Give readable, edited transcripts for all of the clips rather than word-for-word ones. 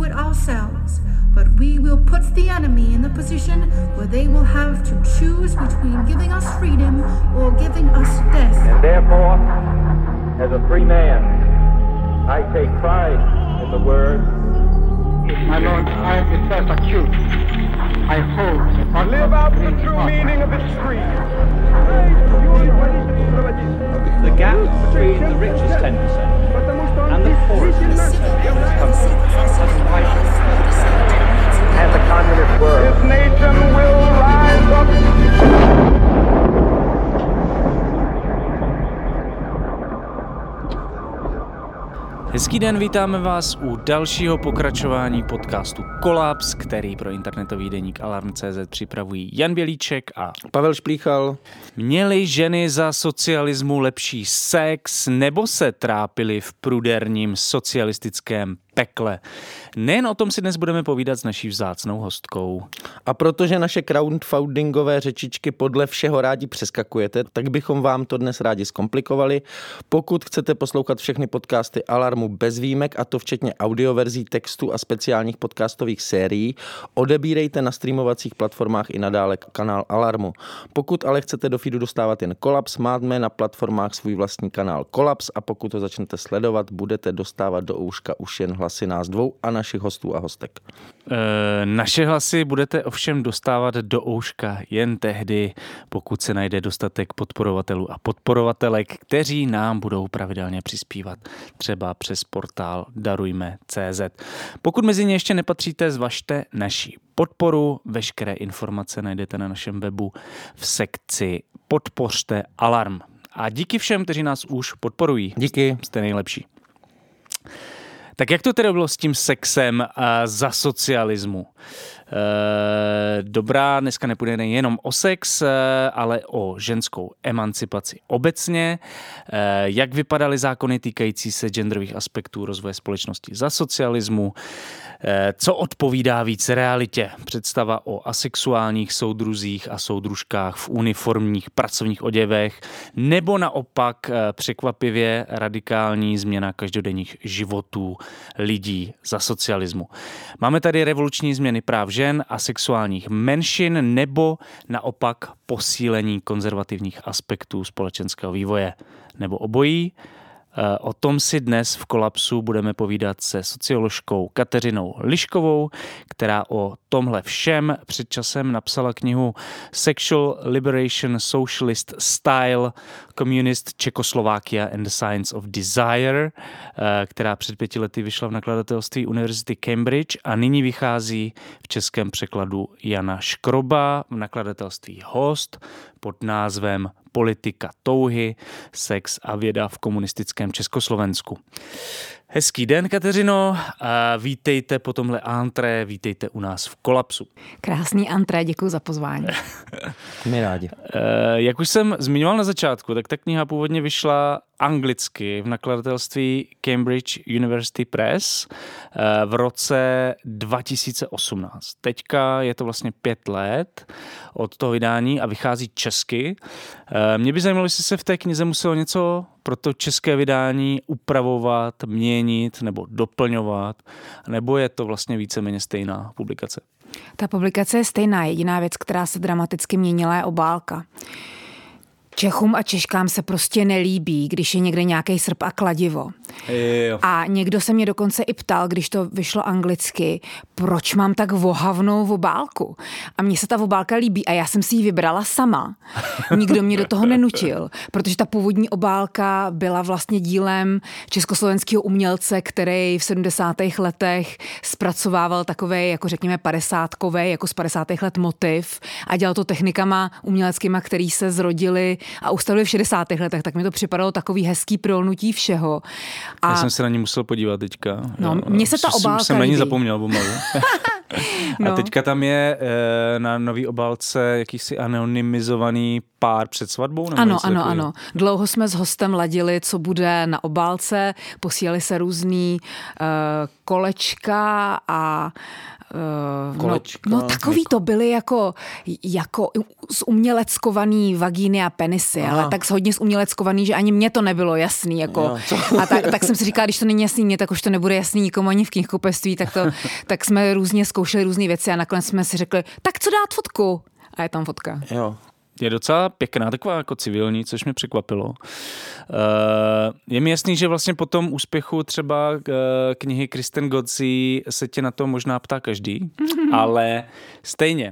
it ourselves, but we will put the enemy in the position where they will have to choose between giving us freedom or giving us death. And therefore, as a free man, I take pride in the word. My lord, I am the first accused. I hold that Live out the true meaning of its creed. The gap between the richest 10% and the poorest 10% of this country has widened. And the communist world. This nation will rise up. Hezký den, vítáme vás u dalšího pokračování podcastu Kolaps, který pro internetový deník Alarm.cz připravují Jan Bělíček a Pavel Šplíchal. Měly ženy za socialismu lepší sex nebo se trápily v pruderním socialistickém pekle? Nejen o tom si dnes budeme povídat s naší vzácnou hostkou. A protože naše crowdfundingové řečičky podle všeho rádi přeskakujete, tak bychom vám to dnes rádi zkomplikovali. Pokud chcete poslouchat všechny podcasty Alarmu bez výjimek, a to včetně audioverzí, textu a speciálních podcastových sérií, odebírejte na streamovacích platformách i nadále kanál Alarmu. Pokud ale chcete do feedu dostávat jen Kolaps, máme na platformách svůj vlastní kanál Kolaps a pokud to začnete sledovat, budete dostávat do ouška už jen hlasy nás dvou a našich hostů a hostek. Naše hlasy budete ovšem dostávat do ouška jen tehdy, pokud se najde dostatek podporovatelů a podporovatelek, kteří nám budou pravidelně přispívat, třeba přes portál darujme.cz. Pokud mezi ně ještě nepatříte, zvažte naši podporu. Veškeré informace najdete na našem webu v sekci Podpořte Alarm. A díky všem, kteří nás už podporují. Díky. Jste nejlepší. Tak jak to tedy bylo s tím sexem za socialismu? Dobrá, dneska nepůjde nejenom o sex, ale o ženskou emancipaci obecně. Jak vypadaly zákony týkající se genderových aspektů rozvoje společnosti za socialismu? Co odpovídá víc realitě? Představa o asexuálních soudruzích a soudružkách v uniformních pracovních oděvech nebo naopak překvapivě radikální změna každodenních životů lidí za socialismu. Máme tady revoluční změny práv žen a sexuálních menšin nebo naopak posílení konzervativních aspektů společenského vývoje nebo obojí. O tom si dnes v Kolapsu budeme povídat se socioložkou Kateřinou Liškovou, která o tomhle všem před časem napsala knihu Sexual Liberation Socialist Style Communist Czechoslovakia and the Science of Desire, která před 5 lety vyšla v nakladatelství Univerzity Cambridge a nyní vychází v českém překladu Jana Škroba v nakladatelství Host pod názvem Politika touhy, sex a věda v komunistickém Československu. Hezký den, Kateřino, a vítejte po tomhle antré, vítejte u nás v Kolapsu. Krásný antré, děkuji za pozvání. My rádi. Jak už jsem zmiňoval na začátku, tak ta kniha původně vyšla anglicky v nakladatelství Cambridge University Press v roce 2018. Teďka je to vlastně 5 let od toho vydání a vychází česky. Mě by zajímalo, jestli se v té knize muselo něco pro to české vydání upravovat, měnit nebo doplňovat, nebo je to vlastně víceméně stejná publikace? Ta publikace je stejná, jediná věc, která se dramaticky měnila, je obálka. Čechům a Češkám se prostě nelíbí, když je někde nějaký srp a kladivo. Jo. A někdo se mě dokonce i ptal, když to vyšlo anglicky, proč mám tak vohavnou obálku. A mně se ta obálka líbí a já jsem si ji vybrala sama. Nikdo mě do toho nenutil, protože ta původní obálka byla vlastně dílem československého umělce, který v 70. letech zpracovával takovej, jako řekněme 50kovej, jako z 50. let motiv a dělal to technikama uměleckýma, který se zrodili a ustavili v 60. letech, tak mi to připadalo takový hezký prolnutí všeho. Já jsem se na ní musel podívat teďka. No, mně se ta obálka jsem na ní líbí. zapomněl pomalu. A teďka tam je na nový obálce jakýsi anonymizovaný pár před svatbou? Ano. Dlouho jsme s hostem ladili, co bude na obálce, posílali se různý kolečka a takový to byly jako zuměleckovaný vagíny a penisy, ale tak hodně zuměleckovaný, že ani mně to nebylo jasný. Jako. A tak jsem si říkala, když to není jasný mně, tak už to nebude jasný nikomu ani v knihkupectví, tak jsme různě zkoušeli různé věci a nakonec jsme si řekli, tak co dát fotku? A je tam fotka. Jo. Je docela pěkná, taková jako civilní, což mě překvapilo. Je mi jasný, že vlastně po tom úspěchu třeba knihy Kristen Gozzi se tě na to možná ptá každý, ale stejně,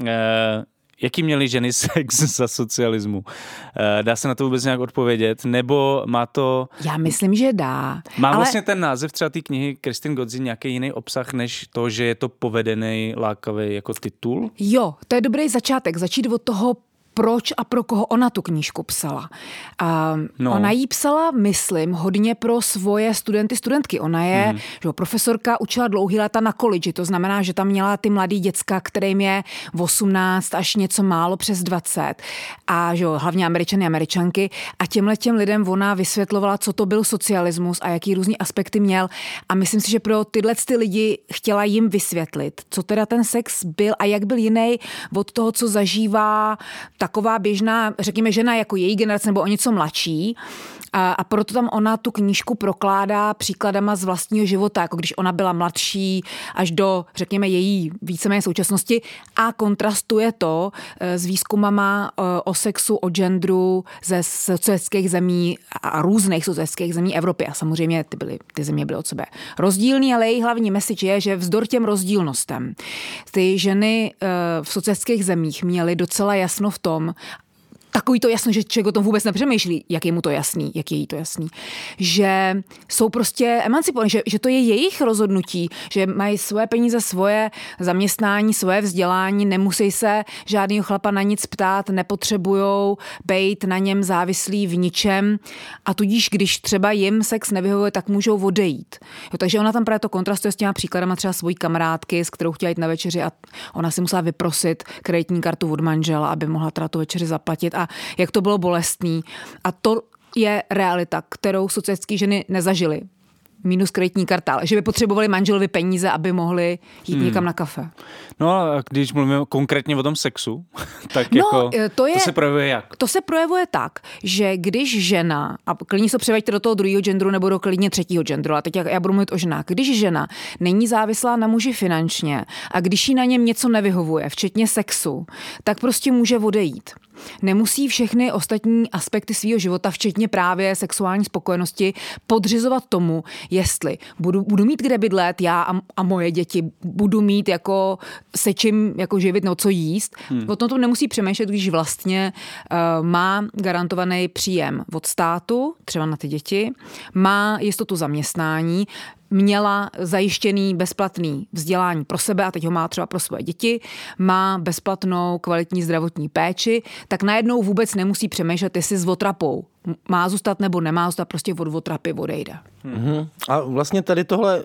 jaký měly ženy sex za socialismu? Dá se na to vůbec nějak odpovědět? Nebo má to... Já myslím, že dá. Má vlastně ten název třeba té knihy Kristen Gozzi nějaký jiný obsah, než to, že je to povedený, lákavý jako titul? Jo, to je dobrý začátek. Začít od toho, proč a pro koho ona tu knížku psala. Ona jí psala, myslím, hodně pro svoje studentky. Ona je profesorka, učila dlouhý léta na college, to znamená, že tam měla ty mladý děcka, kterým je 18 až něco málo přes 20. A že hlavně Američany, Američanky. A těm lidem ona vysvětlovala, co to byl socialismus a jaký různý aspekty měl. A myslím si, že pro tyhle ty lidi chtěla jim vysvětlit, co teda ten sex byl a jak byl jiný od toho, co zažívá taková běžná, řekněme, žena jako její generace nebo o něco mladší. A proto tam ona tu knížku prokládá příkladama z vlastního života, jako když ona byla mladší až do, řekněme, její víceméně současnosti a kontrastuje to s výzkumama o sexu, o genderu ze socialistických zemí a různých socialistických zemí Evropy. A samozřejmě ty země byly od sebe rozdílný, ale její hlavní message je, že vzdor těm rozdílnostem ty ženy v socialistických zemích měly docela jasno v tom, takový to jasno, že člověk o tom vůbec nepřemýšlí, jak je mu to jasný, jak je jí to jasný. Že jsou prostě emancipovaní, že to je jejich rozhodnutí, že mají svoje peníze, svoje zaměstnání, svoje vzdělání, nemusí se žádného chlapa na nic ptát, nepotřebujou bejt na něm závislí v ničem a tudíž, když třeba jim sex nevyhovuje, tak můžou odejít. Jo, takže ona tam právě to kontrastuje s těma příkladama třeba svojí kamarádky, s kterou chtěla jít na večeři a ona si musela vyprosit kreditní kartu od manžela, aby mohla teda tu večeři zaplatit. A jak to bylo bolestný. A to je realita, kterou socialistické ženy nezažily. Minus kreditní karta, ale že by potřebovali manželovi peníze, aby mohli jít někam na kafe. No a když mluvíme konkrétně o tom sexu, tak to se projevuje jak? To se projevuje tak, že když žena, a klidně se převeďte do toho druhého genderu nebo do klidně třetího genderu, a teď já budu mluvit o ženách, když žena není závislá na muži finančně a když jí na něm něco nevyhovuje, včetně sexu, tak prostě může odejít. Nemusí všechny ostatní aspekty svého života, včetně právě sexuální spokojenosti, podřizovat tomu, jestli budu mít kde bydlet já a moje děti, budu mít jako se čím jako živit, no co jíst. O tom to nemusí přemýšlet, když vlastně má garantovaný příjem od státu, třeba na ty děti, má jistotu zaměstnání, měla zajištěný bezplatný vzdělání pro sebe a teď ho má třeba pro svoje děti, má bezplatnou kvalitní zdravotní péči, tak najednou vůbec nemusí přemýšlet, jestli s otrapou má zůstat nebo nemá zůstat, prostě od otrapy odejde. A vlastně tady tohle...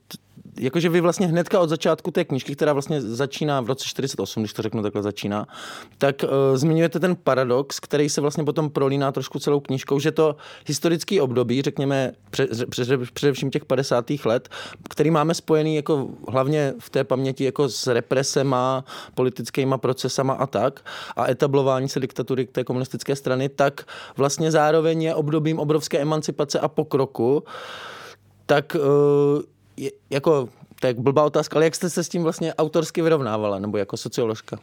Jakože vy vlastně hnedka od začátku té knížky, která vlastně začíná v roce 48, když to řeknu takhle začíná, tak zmiňujete ten paradox, který se vlastně potom prolíná trošku celou knížkou, že to historický období, řekněme především těch 50. let, který máme spojený jako hlavně v té paměti jako s represema, politickýma procesama a tak a etablování se diktatury té komunistické strany, tak vlastně zároveň je obdobím obrovské emancipace a pokroku, tak jako, to je blbá otázka, ale jak jste se s tím vlastně autorsky vyrovnávala, nebo jako socioložka?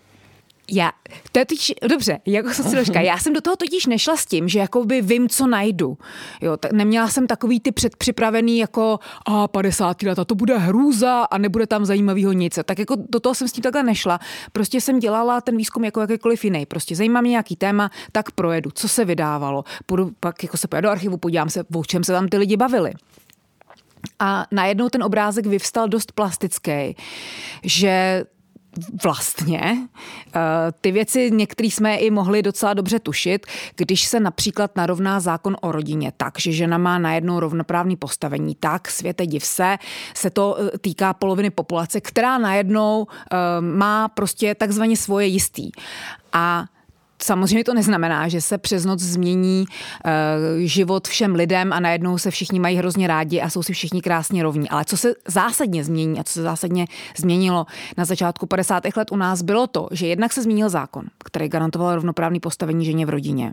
Dobře, jako socioložka, já jsem do toho totiž nešla s tím, že jakoby vím, co najdu. Jo, neměla jsem takový ty předpřipravený jako 50 let, to bude hrůza a nebude tam zajímavýho nic. Tak jako do toho jsem s tím takhle nešla. Prostě jsem dělala ten výzkum jako jakýkoliv jiný. Prostě zajímá mě nějaký téma, tak projedu, co se vydávalo. Pak jako se pojedu do archivu, podívám se, o čem se tam ty lidi bavili. A najednou ten obrázek vyvstal dost plastický, že vlastně ty věci některý jsme i mohli docela dobře tušit, když se například narovná zákon o rodině tak, že žena má najednou rovnoprávné postavení, tak světe div se to týká poloviny populace, která najednou má prostě takzvaně svoje jistý. A samozřejmě to neznamená, že se přes noc změní život všem lidem a najednou se všichni mají hrozně rádi a jsou si všichni krásně rovní. Ale co se zásadně změní a co se zásadně změnilo na začátku 50. let u nás bylo to, že jednak se změnil zákon, který garantoval rovnoprávné postavení ženě v rodině.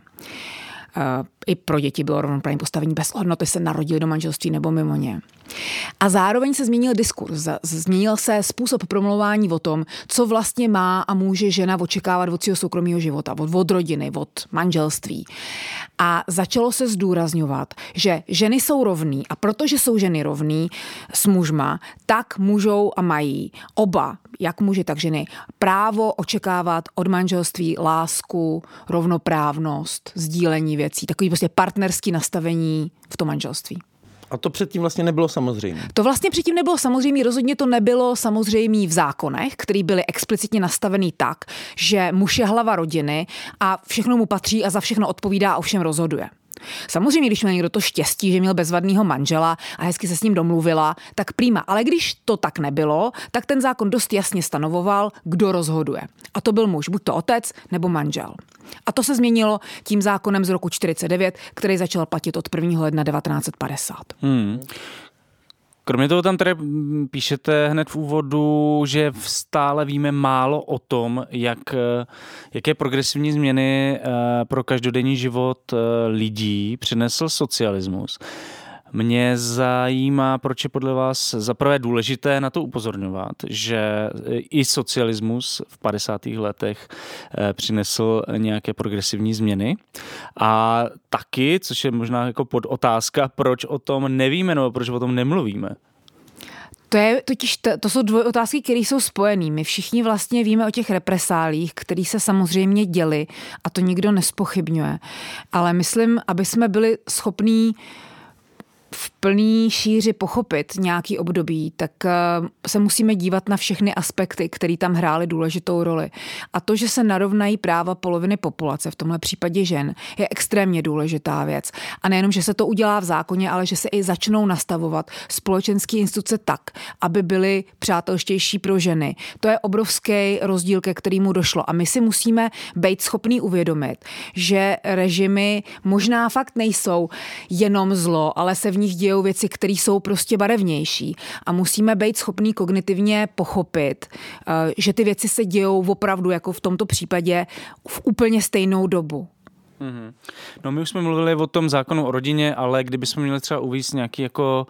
I pro děti bylo rovnoprávné postavení bez ohledu na to, jestli se narodili do manželství nebo mimo ně. A zároveň se změnil diskurs, změnil se způsob promlouvání o tom, co vlastně má a může žena očekávat od svého soukromého života, od rodiny, od manželství. A začalo se zdůrazňovat, že ženy jsou rovný a protože jsou ženy rovný s mužma, tak můžou a mají oba, jak muži, tak ženy, právo očekávat od manželství lásku, rovnoprávnost, sdílení věcí, takový prostě partnerský nastavení v tom manželství. A to předtím vlastně nebylo samozřejmé. To vlastně předtím nebylo samozřejmé, rozhodně to nebylo samozřejmé v zákonech, které byly explicitně nastavený tak, že muž je hlava rodiny a všechno mu patří a za všechno odpovídá a o všem rozhoduje. Samozřejmě, když měl někdo to štěstí, že měl bezvadného manžela a hezky se s ním domluvila, tak prima. Ale když to tak nebylo, tak ten zákon dost jasně stanovoval, kdo rozhoduje. A to byl muž, buď to otec nebo manžel. A to se změnilo tím zákonem z roku 1949, který začal platit od 1. ledna 1950. Kromě toho tam tady píšete hned v úvodu, že stále víme málo o tom, jaké progresivní změny pro každodenní život lidí přinesl socialismus. Mě zajímá, proč je podle vás zaprvé důležité na to upozorňovat, že i socialismus v 50. letech přinesl nějaké progresivní změny a taky, což je možná jako podotázka, proč o tom nevíme nebo proč o tom nemluvíme. To jsou dvě otázky, které jsou spojený. My všichni vlastně víme o těch represálích, které se samozřejmě děly a to nikdo nespochybňuje. Ale myslím, aby jsme byli schopní v plný šíři pochopit nějaký období, tak se musíme dívat na všechny aspekty, které tam hrály důležitou roli. A to, že se narovnají práva poloviny populace, v tomhle případě žen, je extrémně důležitá věc. A nejenom, že se to udělá v zákoně, ale že se i začnou nastavovat společenské instituce tak, aby byly přátelštější pro ženy. To je obrovský rozdíl, ke kterému došlo. A my si musíme být schopní uvědomit, že režimy možná fakt nejsou jenom zlo, ale se v nich dějou věci, které jsou prostě barevnější. A musíme být schopní kognitivně pochopit, že ty věci se dějou opravdu, jako v tomto případě, v úplně stejnou dobu. Mm-hmm. No my už jsme mluvili o tom zákonu o rodině, ale kdybychom měli třeba uvést nějaký jako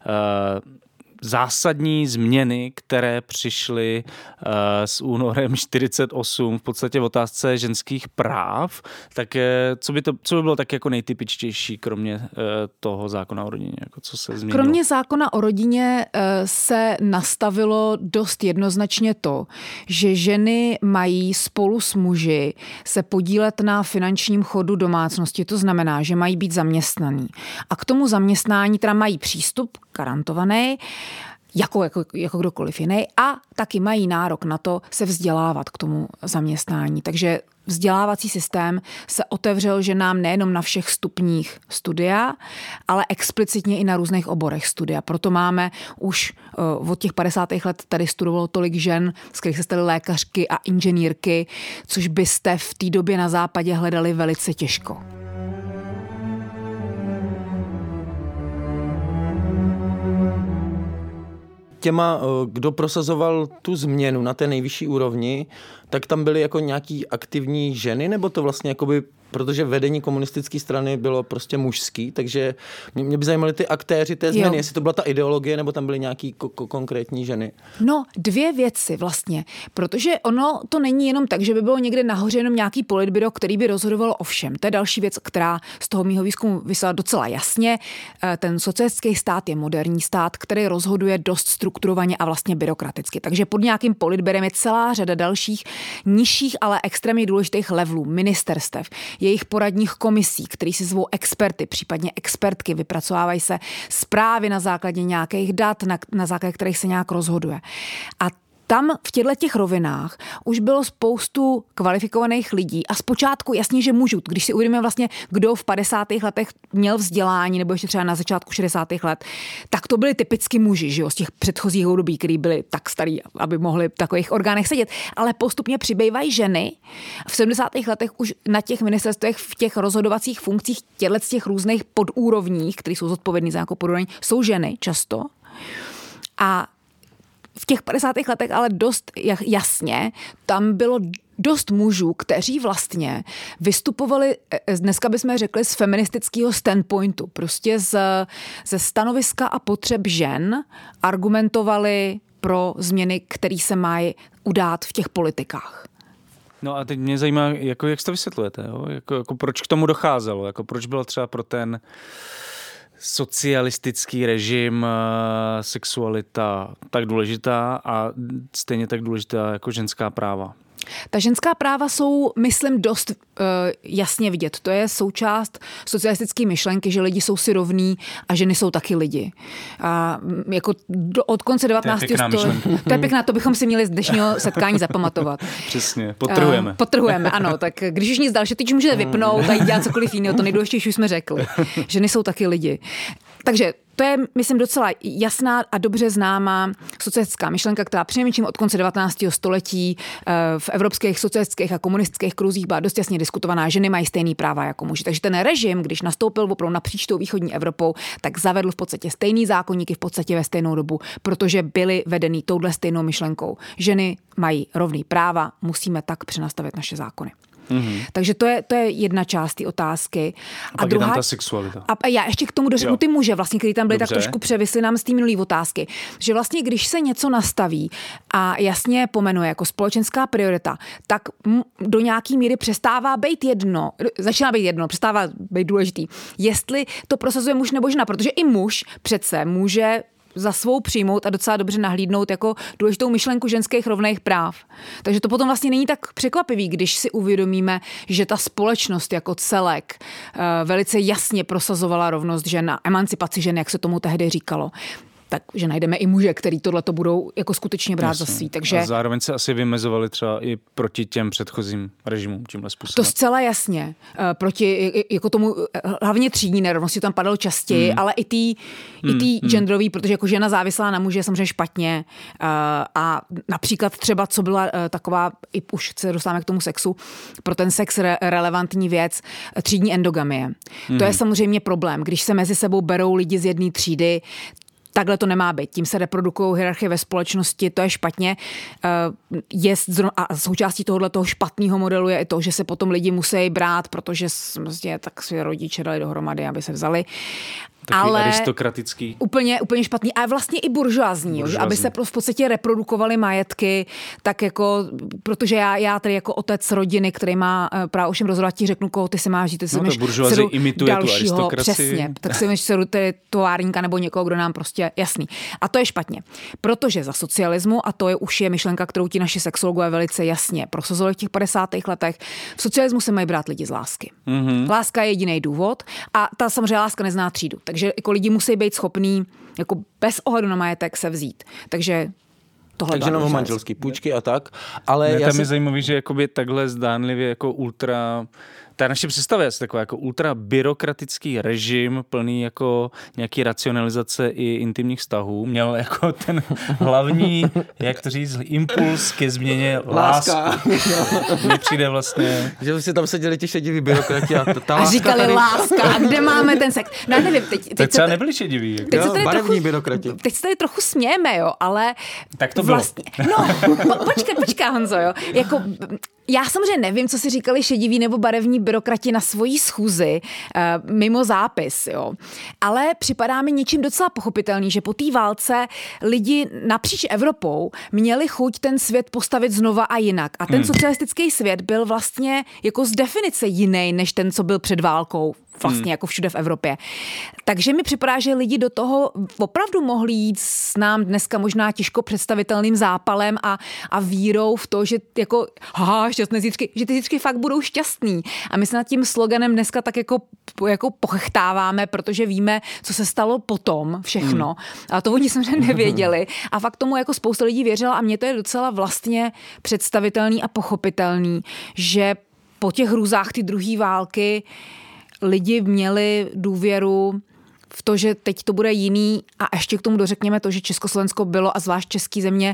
zásadní změny, které přišly s únorem 48 v podstatě v otázce ženských práv, tak co by bylo tak jako nejtypičtější, kromě toho zákona o rodině? Jako co se změnilo? Kromě zákona o rodině se nastavilo dost jednoznačně to, že ženy mají spolu s muži se podílet na finančním chodu domácnosti. To znamená, že mají být zaměstnaný. A k tomu zaměstnání teda mají přístup garantovaný, jako kdokoliv jiný, a taky mají nárok na to se vzdělávat k tomu zaměstnání. Takže vzdělávací systém se otevřel ženám nejenom na všech stupních studia, ale explicitně i na různých oborech studia. Proto máme už od těch 50. let tady studovalo tolik žen, z kterých se staly lékařky a inženýrky, což byste v té době na západě hledali velice těžko. Těma, kdo prosazoval tu změnu na té nejvyšší úrovni, tak tam byly jako nějaký aktivní ženy, nebo to vlastně jakoby, protože vedení komunistické strany bylo prostě mužský, takže mě by zajímaly ty aktéři té změny, jestli to byla ta ideologie, nebo tam byly nějaký konkrétní ženy. No, dvě věci vlastně, protože ono to není jenom tak, že by bylo někde nahoře jenom nějaký politbyro, který by rozhodoval o všem. To je další věc, která z toho mýho výzkumu vysela docela jasně. Ten socialistický stát je moderní stát, který rozhoduje dost strukturovaně a vlastně byrokraticky. Takže pod nějakým politbyrem je celá řada dalších nižších, ale extrémně důležitých levelů, ministerstev, jejich poradních komisí, který si zvou experty, případně expertky, vypracovávají se zprávy na základě nějakých dat, na základě kterých se nějak rozhoduje. A tam v těchto rovinách už bylo spoustu kvalifikovaných lidí a zpočátku jasně, že mužů. Když si uvědomíme vlastně, kdo v 50. letech měl vzdělání, nebo ještě třeba na začátku 60. let, tak to byli typicky muži, že jo, z těch předchozích období, kteří byli tak starí, aby mohli v takových orgánech sedět. Ale postupně přibývají ženy. V 70. letech už na těch ministerstvech, v těch rozhodovacích funkcích, z těch různých podúrovních, které jsou zodpovědní za nějakou podúroveň, jsou ženy často. A v těch 50. letech ale dost jasně, tam bylo dost mužů, kteří vlastně vystupovali, dneska bychom řekli, z feministického standpointu. Prostě ze stanoviska a potřeb žen argumentovali pro změny, které se mají udát v těch politikách. No a teď mě zajímá, jak si to vysvětlujete, jo? Jako proč k tomu docházelo, jako proč bylo třeba pro ten socialistický režim sexualita tak důležitá a stejně tak důležitá jako ženská práva. Ta ženská práva jsou, myslím, dost jasně vidět. To je součást socialistické myšlenky, že lidi jsou si rovní a ženy jsou taky lidi. A jako od konce 19. století. To je pěkná, to bychom si měli z dnešního setkání zapamatovat. Přesně, podtrhujeme. Podtrhujeme, ano. Tak když už nic dalšího, teď už můžete vypnout a jít dělat cokoliv jiného. To nejdůležitější už jsme řekli. Ženy jsou taky lidi. Takže to je, myslím, docela jasná a dobře známá socialistická myšlenka, která přinejmenším od konce 19. století v evropských socialistických a komunistických kruzích byla dost jasně diskutovaná. Ženy mají stejný práva jako muži. Takže ten režim, když nastoupil opravdu napříč tou východní Evropou, tak zavedl v podstatě stejný zákonníky v podstatě ve stejnou dobu, protože byly vedený touhle stejnou myšlenkou. Ženy mají rovný práva, musíme tak přenastavit naše zákony. Mm-hmm. Takže to je jedna část té otázky. A pak druhá, je tam ta sexualita. A já ještě k tomu dořeknu ty muže, vlastně, kteří tam byli tak trošku převisli nám z té minulý otázky. Že vlastně, když se něco nastaví a jasně pomenuje jako společenská priorita, tak do nějaký míry přestává být jedno, přestává být důležitý, jestli to prosazuje muž nebo žena, protože i muž přece může za svou přijmout a docela dobře nahlídnout jako důležitou myšlenku ženských rovných práv. Takže to potom vlastně není tak překvapivý, když si uvědomíme, že ta společnost jako celek velice jasně prosazovala rovnost žen a emancipaci žen, jak se tomu tehdy říkalo. Takže najdeme i muže, který tohleto budou jako skutečně brát za svý. Takže a zároveň se asi vymezovali třeba i proti těm předchozím režimům tímhle způsobem. To zcela jasně. Proti jako tomu hlavně třídní nerovnosti tam padalo častěji, ale i tý genderový, protože jako žena závislá na muži je samozřejmě špatně. A například třeba, co byla taková, i už se dostáváme k tomu sexu, pro ten sex relevantní věc, třídní endogamie. To je samozřejmě problém. Když se mezi sebou berou lidi z jedné třídy, takhle to nemá být. Tím se reprodukují hierarchie ve společnosti, to je špatně. A součástí tohoto špatného modelu je i to, že se potom lidi musí brát, protože tak si rodiče dali dohromady, aby se vzali. Takový aristokratický. Úplně špatný. A vlastně i buržoazní, aby se v podstatě reprodukovaly majetky, tak jako, protože já tady jako otec rodiny, který má právo všem rozhodovat, ti řeknu, koho ty si máš žít, ty si máš buržoazie imituje tu aristokracii. Přesně, tak si máš dceru továrníka nebo někoho, kdo nám prostě jasný. A to je špatně. Protože za socialismu, a to je už myšlenka, kterou ti naši sexologové velice jasně prosazovali v těch 50. letech, v socialismu se mají brát lidi z lásky. Mm-hmm. Láska je jediný důvod a ta samozřejmě láska nezná třídu. Takže jako lidi musí být schopní jako bez ohledu na majetek se vzít. Takže tohle. Takže novomanželský půjčky a tak. Ale tam je zajímavý, že jakoby takhle zdánlivě jako ultra... Ta naše představa je taková jako ultra byrokratický režim, plný jako nějaký racionalizace i intimních vztahů. Měl jako ten hlavní, jak to říct, impuls ke změně láska. Mně přijde vlastně... Že si tam seděli ti šediví byrokrati a říkali tady... láska, a kde máme ten sex? No nevím, teď třeba nebyli šediví. Jako. Barevní byrokrati. Teď se tady trochu smějeme, jo, ale... Tak to bylo. Vlastně, počkej, Honzo, jo. Jako... Já samozřejmě nevím, co si říkali šediví nebo barevní byrokrati na svojí schůzi mimo zápis, jo. Ale připadá mi něčím docela pochopitelný, že po té válce lidi napříč Evropou měli chuť ten svět postavit znova a jinak. A ten socialistický svět byl vlastně jako z definice jiný, než ten, co byl před válkou vlastně jako všude v Evropě. Takže mi připadá, že lidi do toho opravdu mohli jít s nám dneska možná těžko představitelným zápalem a vírou v to, že jako šťastné zítřky, že ty zítřky fakt budou šťastný. A my se nad tím sloganem dneska tak jako pochechtáváme, protože víme, co se stalo potom všechno. A to oni samozřejmě nevěděli. A fakt tomu jako spousta lidí věřila a mně to je docela vlastně představitelný a pochopitelný, že po těch hrůzách ty druhé války lidi měli důvěru v to, že teď to bude jiný a ještě k tomu dořekněme to, že Československo bylo a zvlášť české země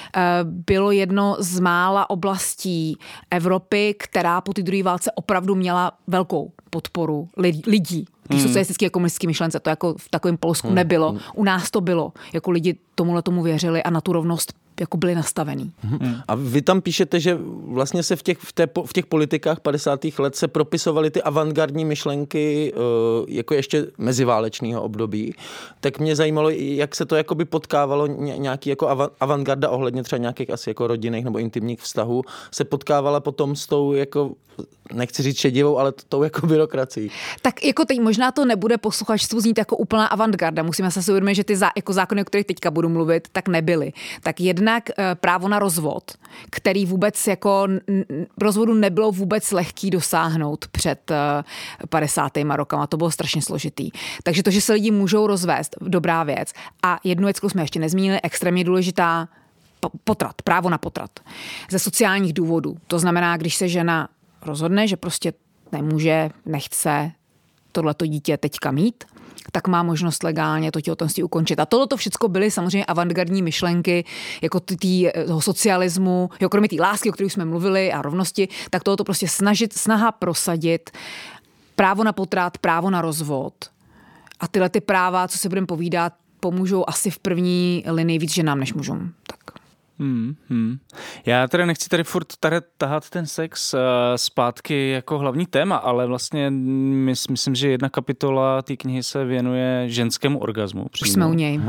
bylo jedno z mála oblastí Evropy, která po té druhé válce opravdu měla velkou podporu lidí. Ty socialistické a komunistické myšlence, to jako v takovém Polsku nebylo. U nás to bylo. Jako lidi tomu věřili a na tu rovnost jako byli nastavený. A vy tam píšete, že vlastně se v těch politikách 50. let se propisovaly ty avantgardní myšlenky jako ještě meziválečného období. Tak mě zajímalo, jak se to jakoby potkávalo nějaký jako avantgarda ohledně třeba nějakých asi jako rodinných nebo intimních vztahů se potkávala potom s tou jako, nechci říct šedivou, ale tou jako byrokracií. Tak jako teď možná to nebude posluchačstvu znít jako úplná avantgarda. Musíme se uvědomit, že ty jako zákony, o kterých teďka budu mluvit, tak nebyly. Tak jednak právo na rozvod, který vůbec jako rozvodu nebylo vůbec lehký dosáhnout před 50. rokama. To bylo strašně složitý. Takže to, že se lidi můžou rozvést, dobrá věc. A jednu věc, kterou jsme ještě nezmínili, extrémně důležitá, potrat, právo na potrat. Ze sociálních důvodů. To znamená, když se žena rozhodne, že prostě nemůže, nechce tohleto dítě teďka mít, tak má možnost legálně to těhotenství ukončit. A tohleto všechno byly samozřejmě avantgardní myšlenky, jako toho socialismu, kromě té lásky, o které jsme mluvili, a rovnosti, tak tohleto prostě snaha prosadit právo na potrat, právo na rozvod. A tyhle ty práva, co se budeme povídat, pomůžou asi v první linii víc ženám než mužům. Tak. Já teda nechci tady furt tahat ten sex zpátky jako hlavní téma, ale vlastně myslím, že jedna kapitola té knihy se věnuje ženskému orgazmu. Už jsme u něj.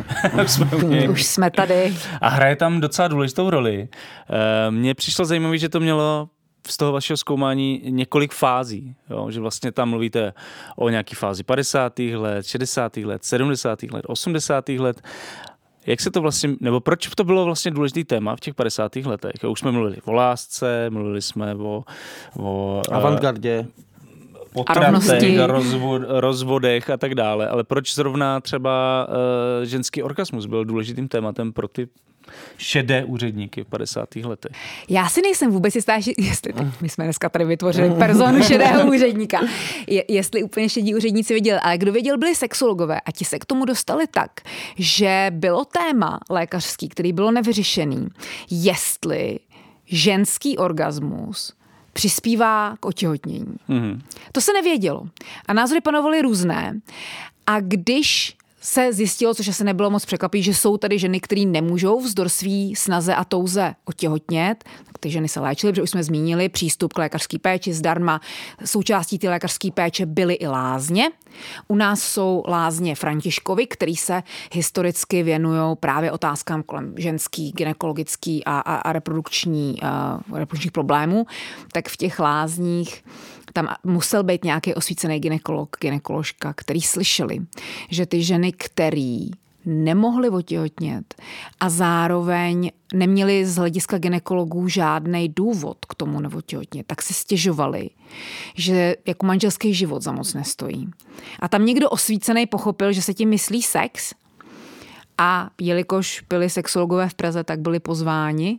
Už jsme tady. A hraje tam docela důležitou roli. Mně přišlo zajímavé, že to mělo z toho vašeho zkoumání několik fází. Jo? Že vlastně tam mluvíte o nějaký fázi 50. let, 60. let, 70. let, 80. let. Jak se to vlastně, nebo proč to bylo vlastně důležitý téma v těch 50. letech? Už jsme mluvili o lásce, mluvili jsme o avantgardě, potratech, rozvodech a tak dále. Ale proč zrovna třeba ženský orgasmus byl důležitým tématem pro ty šedé úředníky v 50. letech? Já si nejsem vůbec jistá, jestli my jsme dneska tady vytvořili personu šedého úředníka. Jestli úplně šedí úředníci věděli, ale kdo věděl, byli sexologové a ti se k tomu dostali tak, že bylo téma lékařský, který bylo nevyřešený, jestli ženský orgasmus přispívá k otěhotnění. To se nevědělo. A názory panovaly různé. A když se zjistilo, což asi nebylo moc překvapí, že jsou tady ženy, které nemůžou vzdor svý snaze a touze otěhotnět. Tak ty ženy se léčily, protože už jsme zmínili přístup k lékařské péči zdarma. Součástí té lékařské péče byly i lázně. U nás jsou lázně Františkovy, který se historicky věnují právě otázkám kolem ženský, gynekologický a reprodukčních problémů. Tak v těch lázních tam musel být nějaký osvícený gynekolog, gynekoložka, který slyšeli, že ty ženy, který nemohly otěhotnět a zároveň neměli z hlediska gynekologů žádný důvod k tomu neotěhotnět, tak si stěžovali, že jako manželský život za moc nestojí. A tam někdo osvícený pochopil, že se tím myslí sex a jelikož byli sexologové v Praze, tak byli pozváni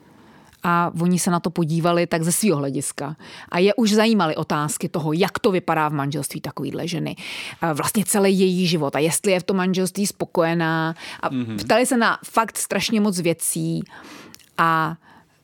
a oni se na to podívali tak ze svého hlediska. A je už zajímaly otázky toho, jak to vypadá v manželství takovýhle ženy. Vlastně celý její život a jestli je v tom manželství spokojená. A ptali se na fakt strašně moc věcí a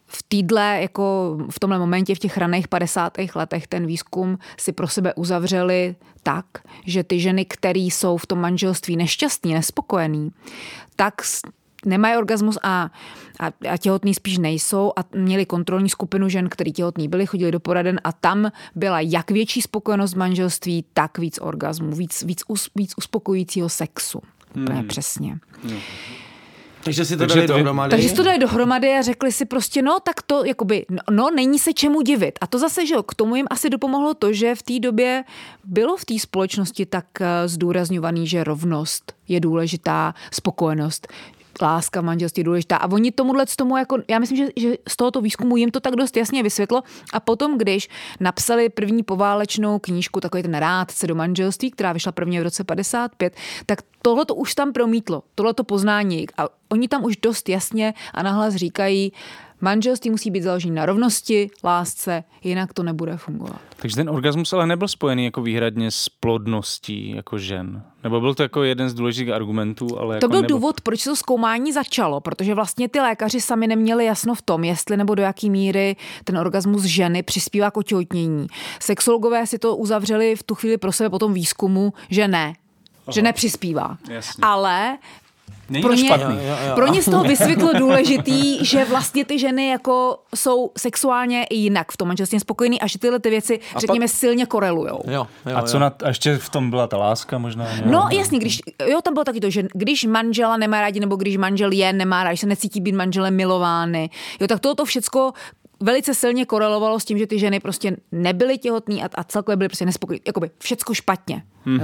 v tomhle momentě, v těch raných 50. letech ten výzkum si pro sebe uzavřeli tak, že ty ženy, které jsou v tom manželství nešťastní, nespokojený, tak nemají orgasmus a těhotný spíš nejsou a měli kontrolní skupinu žen, který těhotný byli, chodili do poraden a tam byla jak větší spokojenost v manželství, tak víc orgasmu, víc uspokojujícího sexu. Přesně. Takže si to dali dohromady. Takže si to dali dohromady a řekli si prostě, no tak to jakoby, no není se čemu divit. A to zase, že k tomu jim asi dopomohlo to, že v té době bylo v té společnosti tak zdůrazňovaný, že rovnost je důležitá, spokojenost, láska v manželství je důležitá. A oni tomu jako, já myslím, že z tohoto výzkumu jim to tak dost jasně vysvětlo. A potom, když napsali první poválečnou knížku, takový ten Rádce do manželství, která vyšla prvně v roce 55, tak tohle to už tam promítlo, tohleto poznání. A oni tam už dost jasně a nahlas říkají, manželství musí být založené na rovnosti, lásce, jinak to nebude fungovat. Takže ten orgasmus ale nebyl spojený jako výhradně s plodností jako žen. Nebo byl to jako jeden z důležitých argumentů, ale to byl důvod, proč to zkoumání začalo, protože vlastně ty lékaři sami neměli jasno v tom, jestli nebo do jaký míry ten orgasmus ženy přispívá k otěhotnění. Sexologové si to uzavřeli v tu chvíli pro sebe po tom výzkumu, že ne. Že nepřispívá. Jasně. Ale pro ně z toho vysvětlo důležitý, že vlastně ty ženy jako jsou sexuálně i jinak v tom manželství spokojený a že tyhle ty věci, řekněme, silně korelujou. A ještě v tom byla ta láska možná? No jasně, tam bylo taky to, že když manžela nemá rádi, nebo když manžel nemá rádi, se necítí být manželem milovány, tak to všecko velice silně korelovalo s tím, že ty ženy prostě nebyly těhotný a celkově byly prostě nespokojení. Jakoby všecko špatně.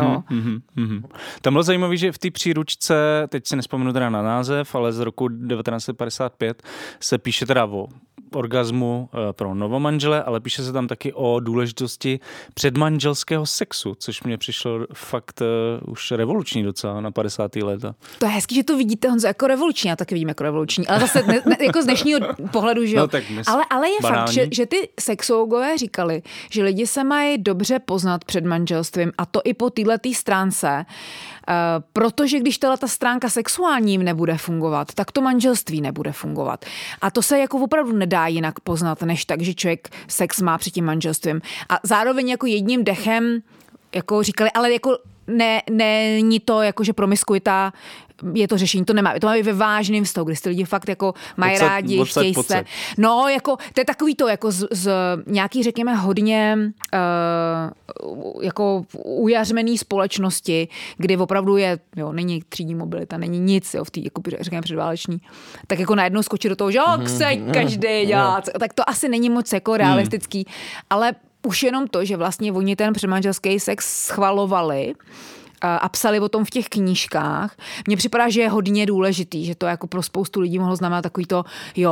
Tam bylo zajímavé, že v té příručce, teď si nespomenu teda na název, ale z roku 1955 se píše teda o orgazmu pro novomanžele, ale píše se tam taky o důležitosti předmanželského sexu, což mě přišlo fakt už revoluční docela na 50. léta. To je hezký, že to vidíte, Honzo, jako revoluční, já taky vidím jako revoluční, ale zase jako z dnešního pohledu, že jo. No, ale je banální. fakt, že ty sexologové říkali, že lidi se mají dobře poznat před manželstvím a to i po této stránce, protože když ta stránka sexuálním nebude fungovat, tak to manželství nebude fungovat. A to se jako opravdu nedá jinak poznat, než tak, že člověk sex má před tím manželstvím. A zároveň jako jedním dechem jako říkali, ale jako není to jako, že promiskuita je to řešení, to nemá. To má být ve vážným vztahu, kdy ty lidi fakt jako mají rádi, chtějí se. No, jako, to je takový to, jako z nějaký, řekněme, hodně jako ujařmený společnosti, kdy opravdu je, není třídní mobilita, není nic, v té, jako řekněme, předváleční, tak jako najednou skočí do toho, že chce každý dělat. Tak to asi není moc jako realistický, ale už jenom to, že vlastně oni ten předmanželský sex schvalovali a psali o tom v těch knížkách. Mně připadá, že je hodně důležitý, že to jako pro spoustu lidí mohlo znamenat takový to,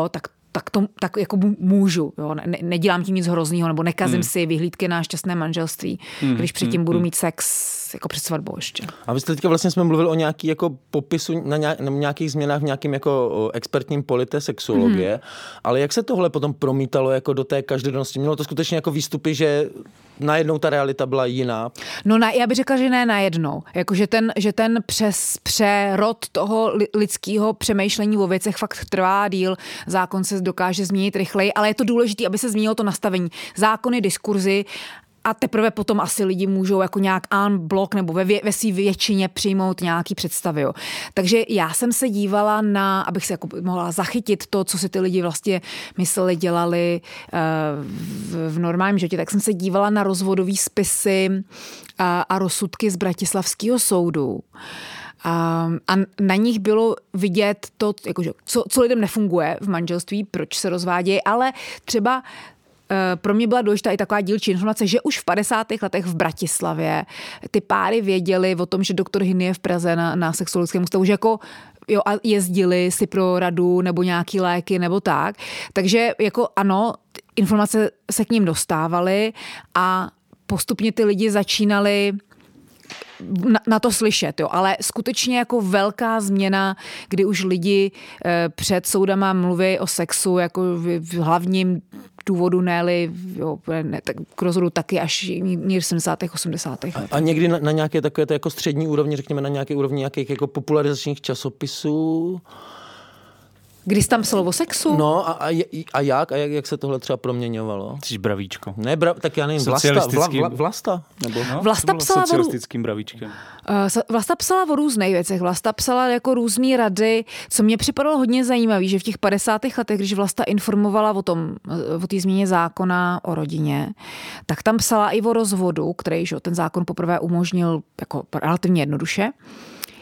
tak jako můžu, nedělám tím nic hroznýho, nebo nekazím si vyhlídky na šťastné manželství, když předtím budu mít sex jako před svatbou ještě. A vy jste teďka vlastně jsme mluvili o nějaký jako popisu, na nějakých změnách v nějakým jako expertním polité sexologie, ale jak se tohle potom promítalo jako do té každodennosti? Mělo to skutečně jako výstupy, že najednou ta realita byla jiná? No já bych řekla, že ne najednou. Jako, že ten přerod toho lidského přemýšlení o věcech fakt trvá díl, zákon se dokáže změnit rychleji, ale je to důležité, aby se změnilo to nastavení. Zákony, diskurzy a teprve potom asi lidi můžou jako nějak en bloc nebo ve své většině přijmout nějaký představy. Jo. Takže já jsem se dívala abych se jako mohla zachytit to, co si ty lidi vlastně mysleli, dělali v normálním životě, tak jsem se dívala na rozvodové spisy a rozsudky z bratislavského soudu. A na nich bylo vidět to, jakože, co lidem nefunguje v manželství, proč se rozvádějí, ale třeba pro mě byla důležitá i taková dílčí informace, že už v 50. letech v Bratislavě ty páry věděli o tom, že doktor Hyny je v Praze na sexologickém ústavu, že jako a jezdili si pro radu nebo nějaký léky nebo tak. Takže jako ano, informace se k ním dostávaly a postupně ty lidi začínali na to slyšet, jo. Ale skutečně jako velká změna, kdy už lidi před soudama mluví o sexu jako v hlavním důvodu tak k rozhodu taky až v 70. 80. A někdy na nějaké takové jako střední úrovni, řekněme na nějaké úrovni nějakých jako popularizačních časopisů? Když jsi tam psalo o sexu? No a jak se tohle třeba proměňovalo? Jsi bravíčko. Ne, tak já nevím, Vlasta? Nebo? No, Vlasta psala socialistickým bravíčkem. Vlasta psala o různých věcech. Vlasta psala jako různý rady, co mě připadalo hodně zajímavé, že v těch 50. letech, když Vlasta informovala o té změně zákona o rodině, tak tam psala i o rozvodu, který ten zákon poprvé umožnil jako relativně jednoduše.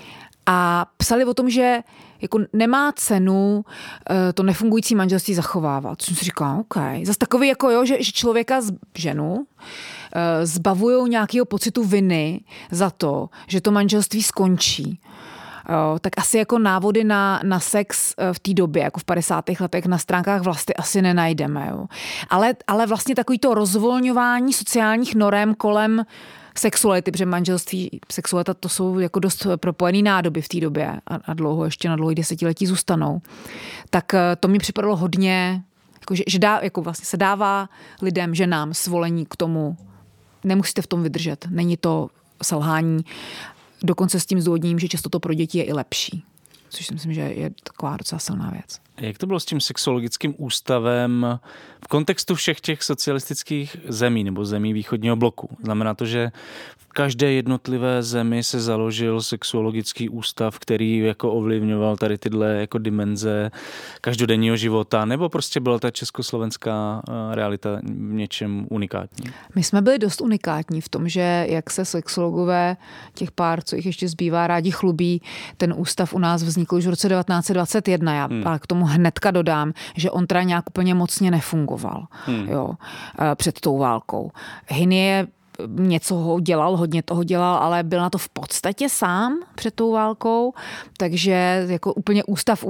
A psali o tom, že jako nemá cenu to nefungující manželství zachovávat. Což si říkám, OK. Zas takový, jako jo, že člověka ženu zbavujou nějakého pocitu viny za to, že to manželství skončí. Tak asi jako návody na sex v té době, jako v 50. letech na stránkách Vlasty asi nenajdeme. Jo. Ale vlastně takový to rozvolňování sociálních norem kolem sexuality, protože manželství, sexualita, to jsou jako dost propojený nádoby v té době a dlouho, ještě na dlouhé desetiletí zůstanou. Tak to mi připadalo hodně, jako, že jako vlastně se dává lidem, ženám svolení k tomu, nemusíte v tom vydržet, není to selhání, dokonce s tím zdůvodním, že často to pro děti je i lepší. Což si myslím, že je taková docela silná věc. Jak to bylo s tím sexologickým ústavem v kontextu všech těch socialistických zemí nebo zemí východního bloku? Znamená to, že v každé jednotlivé zemi se založil sexuologický ústav, který jako ovlivňoval tady tyhle jako dimenze každodenního života, nebo prostě byla ta československá realita v něčem unikátní? My jsme byli dost unikátní v tom, že jak se sexologové, těch pár, co jich ještě zbývá, rádi chlubí, ten ústav u nás vznikl už v roce 1921. Já ale k tomu hnedka dodám, že on teda nějak úplně mocně nefungoval jo, před tou válkou. Hynie něco ho dělal, hodně toho dělal, ale byl na to v podstatě sám před tou válkou, takže jako úplně ústav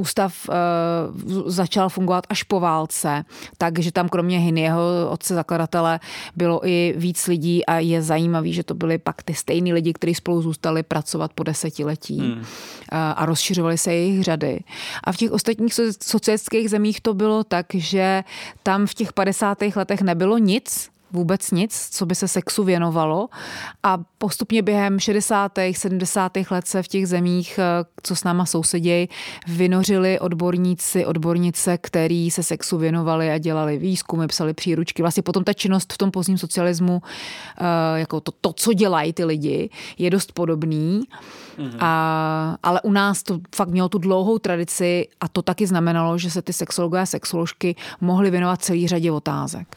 začal fungovat až po válce, takže tam kromě Hynieho, otce zakladatele, bylo i víc lidí a je zajímavý, že to byli pak ty stejný lidi, kteří spolu zůstali pracovat po desetiletí a rozšiřovaly se jejich řady. A v těch ostatních socialistických zemích to bylo tak, že tam v těch 50. letech nebylo nic, vůbec nic, co by se sexu věnovalo a postupně během 60. 70. let se v těch zemích, co s náma sousedějí, vynořili odbornice, který se sexu věnovali a dělali výzkumy, psali příručky. Vlastně potom ta činnost v tom pozdním socialismu, jako to, co dělají ty lidi, je dost podobný. Ale u nás to fakt mělo tu dlouhou tradici a to taky znamenalo, že se ty sexologové a sexoložky mohly věnovat celý řadě otázek.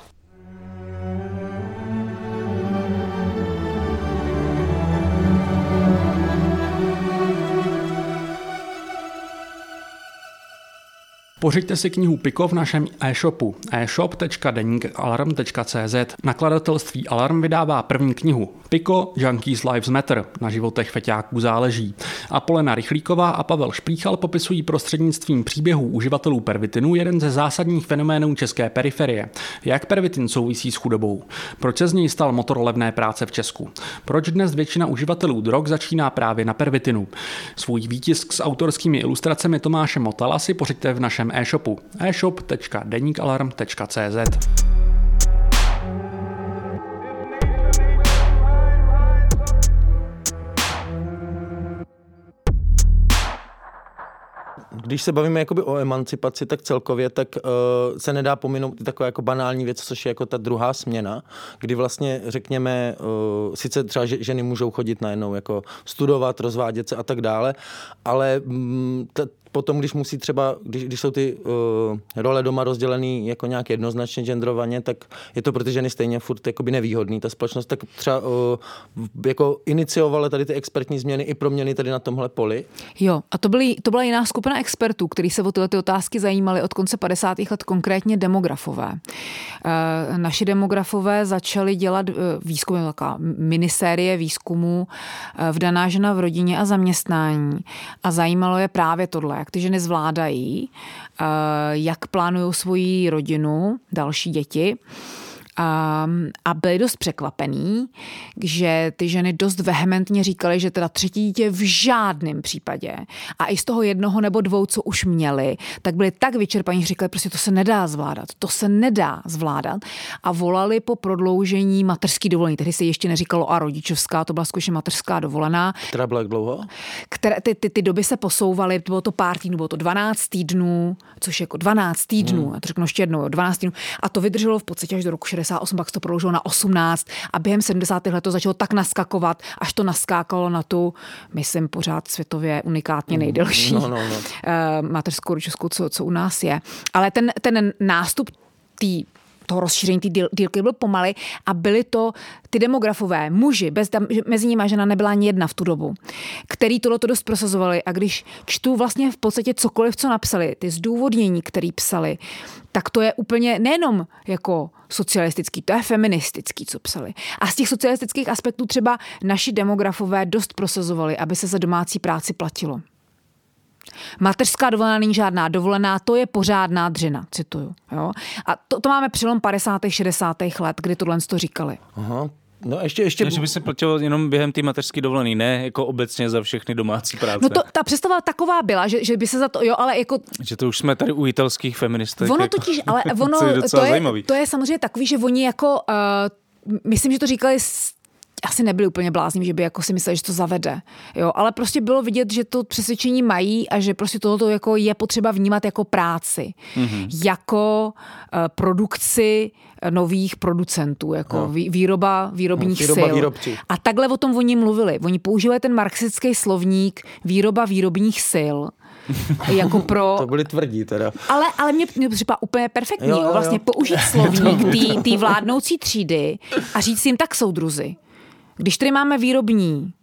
Pořiďte si knihu Piko v našem e-shopu e-shop.denikalarm.cz. Nakladatelství Alarm vydává první knihu Piko Junkies Lives Matter, na životech feťáků záleží. A Polena Rychlíková a Pavel Šplíchal popisují prostřednictvím příběhů uživatelů pervitinu jeden ze zásadních fenoménů české periferie. Jak pervitin souvisí s chudobou? Proč se z něj stal motor levné práce v Česku? Proč dnes většina uživatelů drog začíná právě na pervitinu? Svůj výtisk s autorskými ilustracemi Tomáše Motala si pořiďte v našem e-shopu e-shop.denikalarm.cz. Když se bavíme jakoby o emancipaci, tak celkově tak se nedá pominout taková jako banální věc, což je jako ta druhá směna, kdy vlastně řekněme, sice třeba ženy můžou chodit najednou jako studovat, rozvádět se a tak dále, ale potom, když musí třeba, když jsou ty role doma rozdělený jako nějak jednoznačně genderovaně, tak je to pro ty ženy stejně furt jakoby nevýhodný. Ta společnost tak třeba jako iniciovala tady ty expertní změny i proměny tady na tomhle poli. Jo, a to byla jiná skupina expertů, kteří se o tyhle ty otázky zajímali od konce 50. let, konkrétně demografové. Naši demografové začali dělat výzkumy, taková minisérie výzkumů Vdaná žena v rodině a zaměstnání. A zajímalo je právě tohle, jak ty ženy zvládají, jak plánují svoji rodinu, další děti. A byli dost překvapený, že ty ženy dost vehementně říkaly, že teda třetí dítě v žádném případě a i z toho jednoho nebo dvou, co už měli, tak byli tak vyčerpaní, že říkali, prostě to se nedá zvládat a volali po prodloužení mateřský dovolený. Tehdy se ještě neříkalo a rodičovská, to byla skutečně mateřská dovolená. Která byla jak dlouho? Ty doby se posouvaly, bylo to pár týdnů, bylo to 12 týdnů, což jako 12 týdnů, a to řeknu ještě jednou, 12 týdnů a to vydrželo v podstatě až do roku 68, pak se to prodloužilo na 18 a během 70. let to začalo tak naskakovat, až to naskákalo na tu, myslím, pořád světově unikátně nejdelší mateřskou rodičovskou, co u nás je. Ale ten nástup té toho rozšíření té dílky byl pomalej a byly to ty demografové muži, mezi nimi žena nebyla ani jedna v tu dobu, který tohleto dost prosazovali a když čtu vlastně v podstatě cokoliv, co napsali, ty zdůvodnění, který psali, tak to je úplně nejenom jako socialistický, to je feministický, co psali. A z těch socialistických aspektů třeba naši demografové dost prosazovali, aby se za domácí práci platilo. Mateřská dovolená není žádná dovolená, to je pořádná dřina, cituju. Jo? A to máme přelom 50. 60. let, kdy tohle to říkali. Aha. No ještě... Že by se platilo jenom během té mateřské dovolené, ne jako obecně za všechny domácí práce. No ta představa taková byla, že by se za to, jo, ale jako... Že to už jsme tady u italských feministek. Ono jako, totiž, ale ono, to je samozřejmě takový, že oni jako, myslím, že to říkali asi nebyli úplně blázni, že by jako si mysleli, že to zavede. Jo, ale prostě bylo vidět, že to přesvědčení mají a že prostě tohoto jako je potřeba vnímat jako práci. Jako produkci nových producentů, jako výrobních sil. Výrobců. A takhle o tom oni mluvili. Oni používali ten marxistický slovník výroba výrobních sil. Jako pro... To byli tvrdí teda. Ale mě připadá úplně perfektní. Jo. Vlastně použít slovník té vládnoucí třídy a říct jim tak soudruzi. Když tady máme výrobní,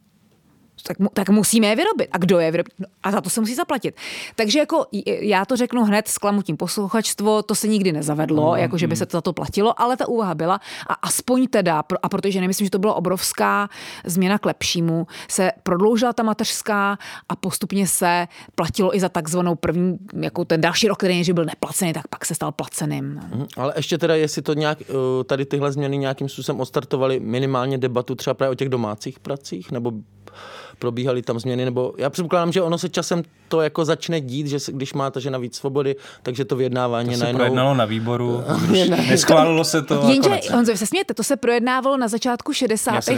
tak musíme je vyrobit. A kdo je vyrobí? No, a za to se musí zaplatit. Takže jako já to řeknu hned s klamutím posluchačstvo, to se nikdy nezavedlo, jako že by se to za to platilo, ale ta úvaha byla a aspoň teda, a protože nemyslím, že to byla obrovská změna k lepšímu, se prodloužila ta mateřská a postupně se platilo i za takzvanou první, jako ten další rok, který než byl neplacený, tak pak se stal placeným. Ale ještě teda, jestli to nějak, tady tyhle změny nějakým způsobem odstartovaly minimálně debatu třeba právě o těch domácích pracích, nebo probíhaly tam změny, nebo já předpokládám, že ono se časem to jako začne dít, že když má ta žena víc svobody, takže to vyjednávání najednou... To se projednalo na výboru, neschválilo se to. Jenže, Honzo, vy se smějete, to se projednávalo na začátku 60. let.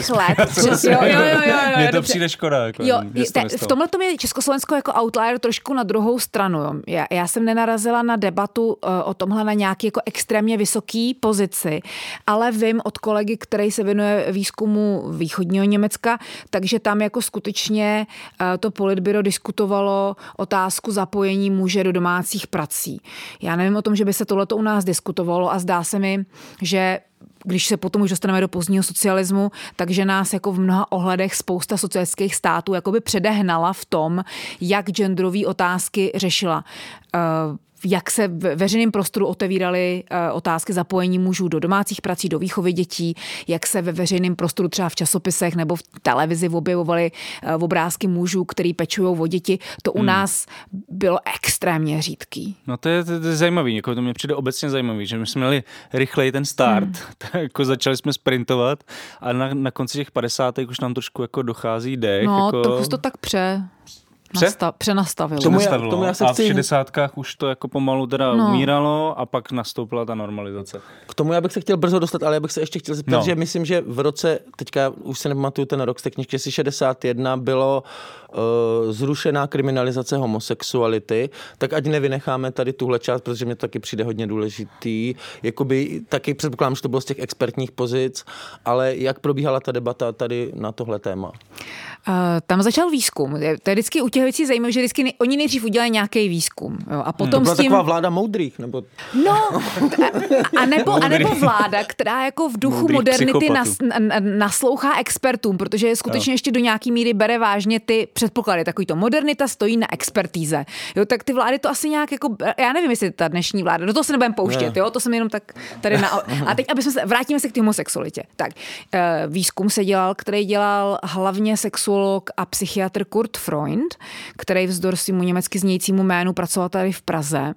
Mně to přijde škoda. Jako, v tomhle tom je Československo jako outlier trošku na druhou stranu. Jo. Já jsem nenarazila na debatu o tomhle na nějaký jako extrémně vysoký pozici, ale vím od kolegy, který se věnuje výzkumu východního Německa, takže tam jako skutečně to politbyro diskutovalo otázku zapojení muže do domácích prací. Já nevím o tom, že by se tohleto u nás diskutovalo a zdá se mi, že když se potom už dostaneme do pozdního socialismu, takže nás jako v mnoha ohledech spousta socialistických států jakoby předehnala v tom, jak genderové otázky řešila. Jak se v veřejném prostoru otevíraly otázky zapojení mužů do domácích prací, do výchovy dětí, jak se ve veřejném prostoru třeba v časopisech nebo v televizi objevovaly obrázky mužů, který pečují o děti. To u nás bylo extrémně řídký. No to je zajímavý, jako to mě přijde obecně zajímavý, že my jsme měli rychleji ten start, jako začali jsme sprintovat a na konci těch 50. už nám trošku jako dochází dech. No, jako... trochu to tak přenastavilo. Tomu já se a v 60kách už to jako pomalu teda umíralo a pak nastoupila ta normalizace. K tomu já bych se chtěl brzo dostat, ale já bych se ještě chtěl zeptat, že myslím, že v roce, teďka už se nepamatuju ten rok z té knížky, 61 bylo zrušená kriminalizace homosexuality, tak ať nevynecháme tady tuhle část, protože mě to taky přijde hodně důležitý. Jakoby taky předpokládám, že to bylo z těch expertních pozic, ale jak probíhala ta debata tady na tohle téma? Tam začal výzkum. To je vždycky u těch věcí zajímavé, že vždycky oni nejdřív udělali nějaký výzkum. Jo, a potom to byla taková vláda moudrých, nebo... No, a nebo vláda, která jako v duchu modernity naslouchá expertům, protože skutečně ještě do nějaký míry bere vážně ty předpoklady. Takový to modernita stojí na expertíze. Jo, tak ty vlády to asi nějak jako, já nevím, jestli ta dnešní vláda, do toho se nebudeme pouštět, jo, to jsem jenom tak tady a teď, vrátíme se k té homosexualitě. Tak, výzkum se dělal, který dělal hlavně sexuolog a psychiatr Kurt Freund, který vzdor svému německy znějícímu jménu pracoval tady v Praze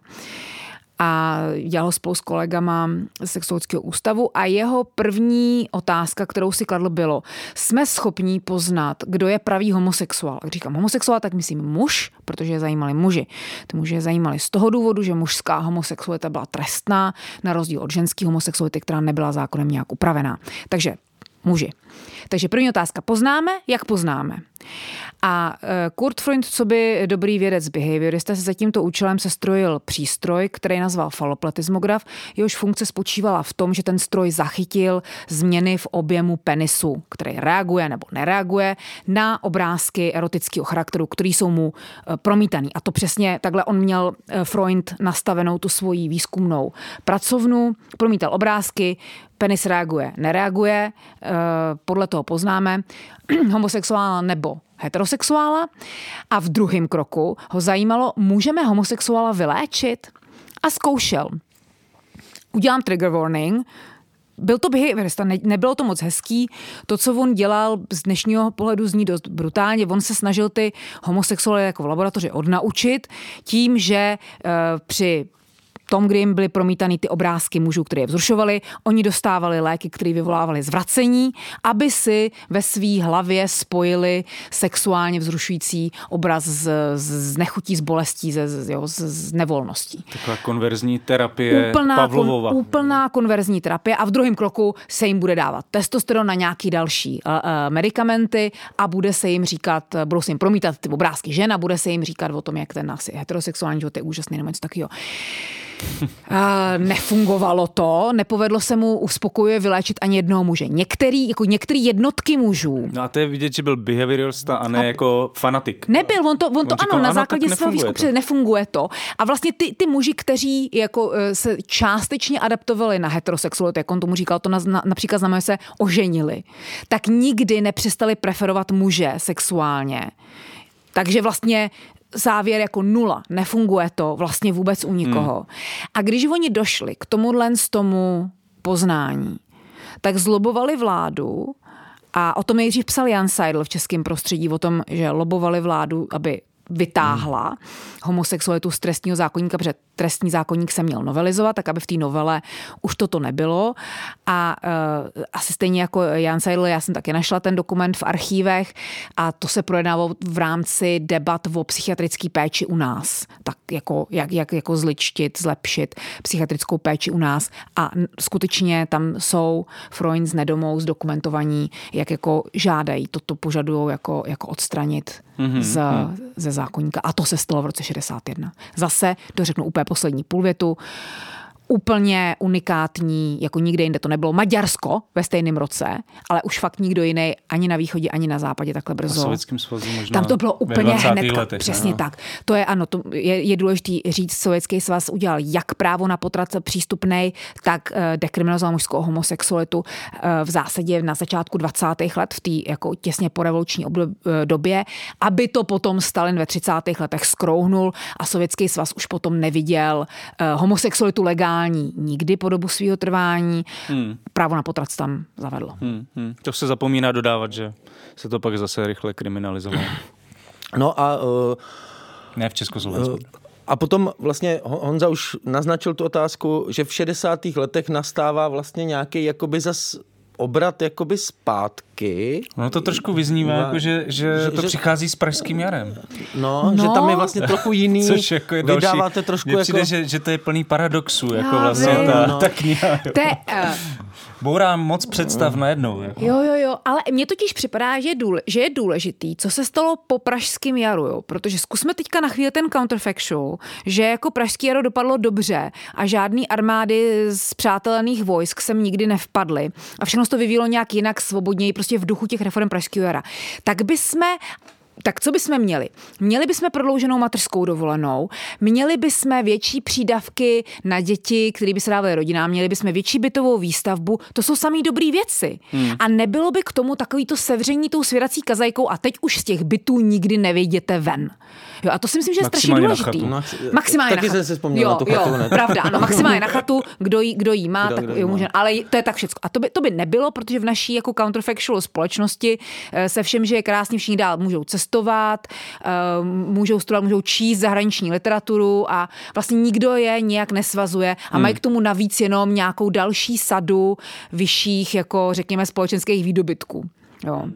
a dělal spolu s kolegama z sexuologického ústavu a jeho první otázka, kterou si kladl, bylo: jsme schopní poznat, kdo je pravý homosexuál. A když říkám homosexuál, tak myslím muž, protože je zajímali muži. Ty muži je zajímali z toho důvodu, že mužská homosexualita byla trestná, na rozdíl od ženské homosexuality, která nebyla zákonem nějak upravená. Takže muži. Takže první otázka. Poznáme? Jak poznáme? A Kurt Freund, co by dobrý vědec behaviorista, se za tímto účelem sestrojil přístroj, který nazval falopletismograf. Jehož funkce spočívala v tom, že ten stroj zachytil změny v objemu penisu, který reaguje nebo nereaguje na obrázky erotického charakteru, který jsou mu promítaný. A to přesně takhle on měl Freund nastavenou tu svoji výzkumnou pracovnu, promítal obrázky, penis reaguje, nereaguje, podle toho poznáme homosexuála nebo heterosexuála. A v druhém kroku ho zajímalo, můžeme homosexuála vyléčit? A zkoušel. Udělám trigger warning. Byl to behaviorista, nebylo to moc hezký. To, co on dělal, z dnešního pohledu zní dost brutálně. On se snažil ty homosexuály jako v laboratoři odnaučit tím, že při tom, kdy jim byly promítaný ty obrázky mužů, které je vzrušovaly, oni dostávali léky, které vyvolávaly zvracení, aby si ve své hlavě spojili sexuálně vzrušující obraz z nechutí, z bolestí, z nevolností. Taková konverzní terapie Pavlovova. Úplná konverzní terapie a v druhém kroku se jim bude dávat testosteron na nějaký další medikamenty a bude se jim říkat, budou se jim promítat ty obrázky žen a bude se jim říkat o tom, jak ten asi heterosexuální život je úžasný nebo něco takového. Nefungovalo to, nepovedlo se mu uspokojivě vyléčit ani jednoho muže. Některé jednotky mužů. No a to je vidět, že byl behaviorista a ne jako fanatik. Nebyl, on to říkal, ano, na základě svého výzkumu nefunguje to. A vlastně ty muži, kteří jako se částečně adaptovali na heterosexualitu, jak on tomu říkal, to například znamená, že se oženili, tak nikdy nepřestali preferovat muže sexuálně. Takže vlastně závěr jako 0. Nefunguje to vlastně vůbec u nikoho. A když oni došli k tomu poznání, tak zlobovali vládu a o tom nejdřív psal Jan Seidl v českém prostředí, o tom, že lobovali vládu, aby vytáhla homosexualitu z trestního zákoníka, protože trestní zákoník se měl novelizovat, tak aby v té novele už toto nebylo. A asi stejně jako Jan Seidl, já jsem taky našla ten dokument v archívech a to se projednávalo v rámci debat o psychiatrické péči u nás. Tak jako, jak jako zlepšit psychiatrickou péči u nás. A skutečně tam jsou Freund s Nedomou zdokumentovaní, jak jako žádají, toto požadují jako odstranit ze zákoníka. A to se stalo v roce 61. Zase, to řeknu úplně poslední půlvětu, úplně unikátní, jako nikde jinde to nebylo. Maďarsko ve stejném roce, ale už fakt nikdo jiný ani na východě, ani na západě takhle brzo. A Sovětském svazu možná. Tam to bylo úplně hnedka. Letech, přesně no. Tak. To je ano, to je důležitý říct, Sovětský svaz udělal jak právo na potrat přístupnej, tak dekriminalizoval mužskou homosexualitu v zásadě na začátku 20. let v té jako těsně porevoluční době, aby to potom Stalin ve 30. letech skrouhnul a Sovětský svaz už potom neviděl homosexualitu legální nikdy po dobu svého trvání. Právo na potrat tam zavedlo. To se zapomíná dodávat, že se to pak zase rychle kriminalizovalo. No a ne v Československu. A potom vlastně Honza už naznačil tu otázku, že v 60. letech nastává vlastně nějaký jakoby zas obrat jakoby zpátky. No to trošku vyznívá, jako že to přichází s Pražským jarem. No, že tam je vlastně trochu jiný. Což jako je další. Vydáváte trošku mně přijde, jako... že to je plný paradoxů, jako vlastně ta kniha. Bourá moc představ najednou. Jako. Jo, ale mně totiž připadá, že je důležitý, co se stalo po Pražském jaru, jo? Protože zkusme teďka na chvíli ten counterfactual, že jako Pražský jaro dopadlo dobře a žádný armády z přátelených vojsk sem nikdy nevpadly a všechno to vyvíjelo nějak jinak svobodněji, prostě v duchu těch reform Pražského jara. Tak co bychom měli? Měli bychom prodlouženou mateřskou dovolenou, měli bychom větší přídavky na děti, které by se dávaly rodinám, měli bychom větší bytovou výstavbu, to jsou samý dobrý věci. A nebylo by k tomu takový to sevření tou svěrací kazajkou a teď už z těch bytů nikdy nevyjděte ven. Jo, a to si myslím, že je strašně důležitý. Maximálně taky na chatu. Jsem si vzpomněla na tu chatu. Jo, pravda, ano, maximálně na chatu, kdo jí má, tak jo, může, ale to je tak všecko. A to by nebylo, protože v naší jako counterfactual společnosti se všem, že je krásně, všichni dál můžou cestovat, můžou studovat, můžou číst zahraniční literaturu a vlastně nikdo je nějak nesvazuje a mají k tomu navíc jenom nějakou další sadu vyšších, jako řekněme, společenských výdobytků. Jo.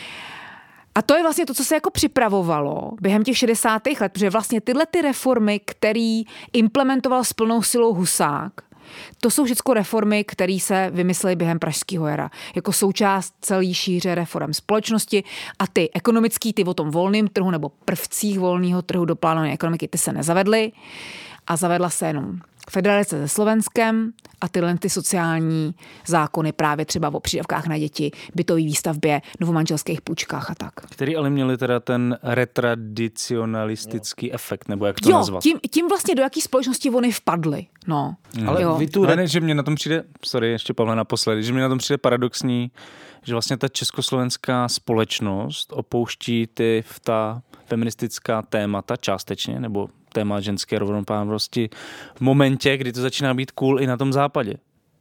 A to je vlastně to, co se jako připravovalo během těch 60. let, protože vlastně tyhle ty reformy, který implementoval s plnou silou Husák, To jsou všechno reformy, které se vymyslely během pražského jara. Jako součást celý šíře reform společnosti a ty ekonomický, ty o tom volném trhu nebo prvcích volného trhu do plánované ekonomiky, ty se nezavedly a zavedla se jenom federace se Slovenskem a tyhle ty sociální zákony právě třeba o přídavkách na děti, bytové výstavbě, novomanželských půjčkách a tak. Který ale měli teda ten retradicionalistický efekt, nebo jak to nazvat? Tím vlastně do jaký společnosti oni vpadly. No. Ale vy tu... že mě na tom přijde, ještě Pavle naposledy, že mě na tom přijde paradoxní, že vlastně ta československá společnost opouští ta feministická témata částečně, nebo téma ženské rovnoprávnosti v momentě, kdy to začíná být cool i na tom západě.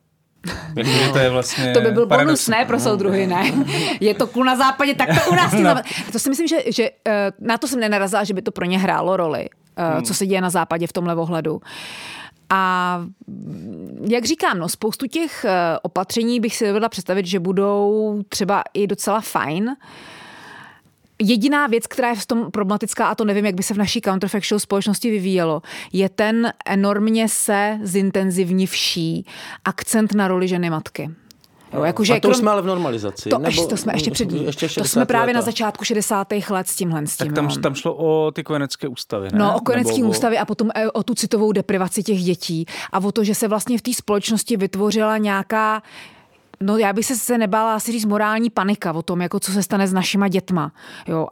To je vlastně to by byl bonus, ne? Pro soudruhy, ne? Je to cool na západě, tak to u nás no. To si myslím, že na to jsem nenarazila, že by to pro ně hrálo roli, co se děje na západě v tomhle ohledu. A jak říkám, spoustu těch opatření bych si dovedla představit, že budou třeba i docela fajn. Jediná věc, která je v tom problematická, a to nevím, jak by se v naší counterfactual společnosti vyvíjelo, je ten enormně se zintenzivnivší akcent na roli ženy matky. Jo, a to jsme ale v normalizaci. To jsme ještě před ní. To jsme právě na začátku 60. let s tímhle. Tak tam šlo o ty kojenecké ústavy, ne? No, o kojenecké ústavy a potom o tu citovou deprivaci těch dětí a o to, že se vlastně v té společnosti vytvořila nějaká já bych se nebála asi říct morální panika o tom, jako co se stane s našima dětma. Jo,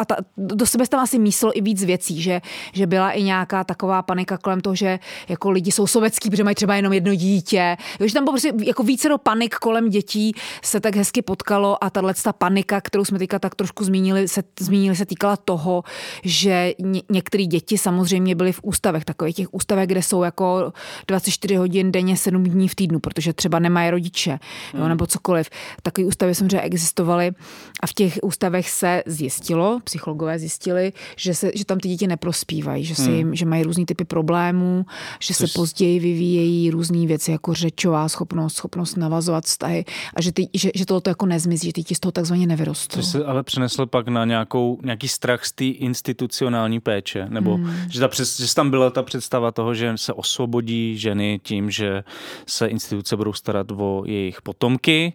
do sebe tam asi míslo i víc věcí, že byla i nějaká taková panika kolem toho, že jako lidi jsou sovětský, protože mají třeba jenom jedno dítě. Jo, že tam bylo prostě jako vícero panik kolem dětí se tak hezky potkalo a tato panika, kterou jsme teďka tak trošku zmínili, se týkala toho, že některé děti samozřejmě byly v ústavech, takových těch ústavech, kde jsou jako 24 hodin denně 7 dní v týdnu, protože třeba nemají rodiče. Jo, nebo cokoliv. Takové ústavy samozřejmě existovaly a v těch ústavech se zjistilo, psychologové zjistili, že tam ty děti neprospívají, že mají různý typy problémů, že se později vyvíjejí různý věci jako řečová schopnost navazovat vztahy a že tohleto jako nezmizí, že ty děti z toho takzvaně nevyrostou. To se ale přeneslo pak na nějaký strach z té institucionální péče, nebo že tam byla ta představa toho, že se osvobodí ženy tím, že se instituce budou starat o jejich potomky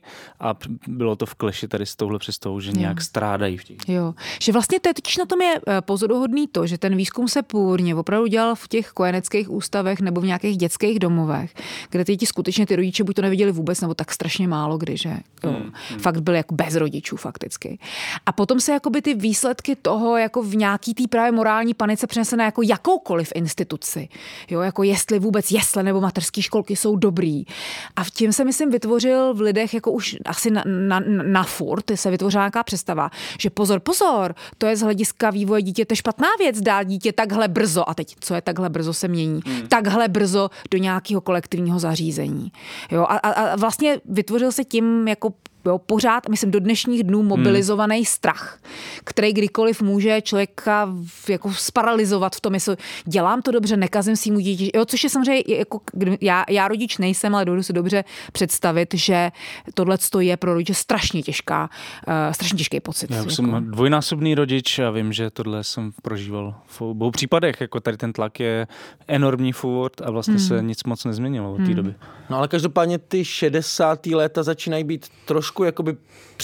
a bylo to v kleši tady s touhle představou, že nějak strádají v těch. Jo, že vlastně to je totiž na tom je pozoruhodný to, že ten výzkum se původně opravdu dělal v těch kojeneckých ústavech nebo v nějakých dětských domovech, kde ty děti skutečně ty rodiče buď to neviděli vůbec, nebo tak strašně málo kdy, že fakt byli jako bez rodičů fakticky. A potom se jakoby ty výsledky toho jako v nějaký té právě morální panice přenesly na jako jakoukoliv instituci. Jo, jako jestli vůbec jesle nebo mateřské školky jsou dobrý. A v tím se myslím vytvořil v lidech jako už asi na furt se vytvořila nějaká představa, že pozor, to je z hlediska vývoje dítěte špatná věc dát dítě takhle brzo. A teď, co je takhle brzo se mění? Takhle brzo do nějakého kolektivního zařízení. Jo, a vlastně vytvořil se tím jako pořád, myslím, do dnešních dnů mobilizovaný strach, který kdykoliv může člověka jako sparalizovat v tom, jestli dělám to dobře, nekazím svýmu dítě. Jo, což je samozřejmě, jako, já rodič nejsem, ale dovedu si dobře představit, že tohleto je pro rodiče strašně těžký pocit. Já jsem dvojnásobný rodič a vím, že tohle jsem prožíval v obou případech. Jako tady ten tlak je enormní forward a vlastně se nic moc nezměnilo od té doby. No ale každopádně ty 60. léta začínají být trošku jakoby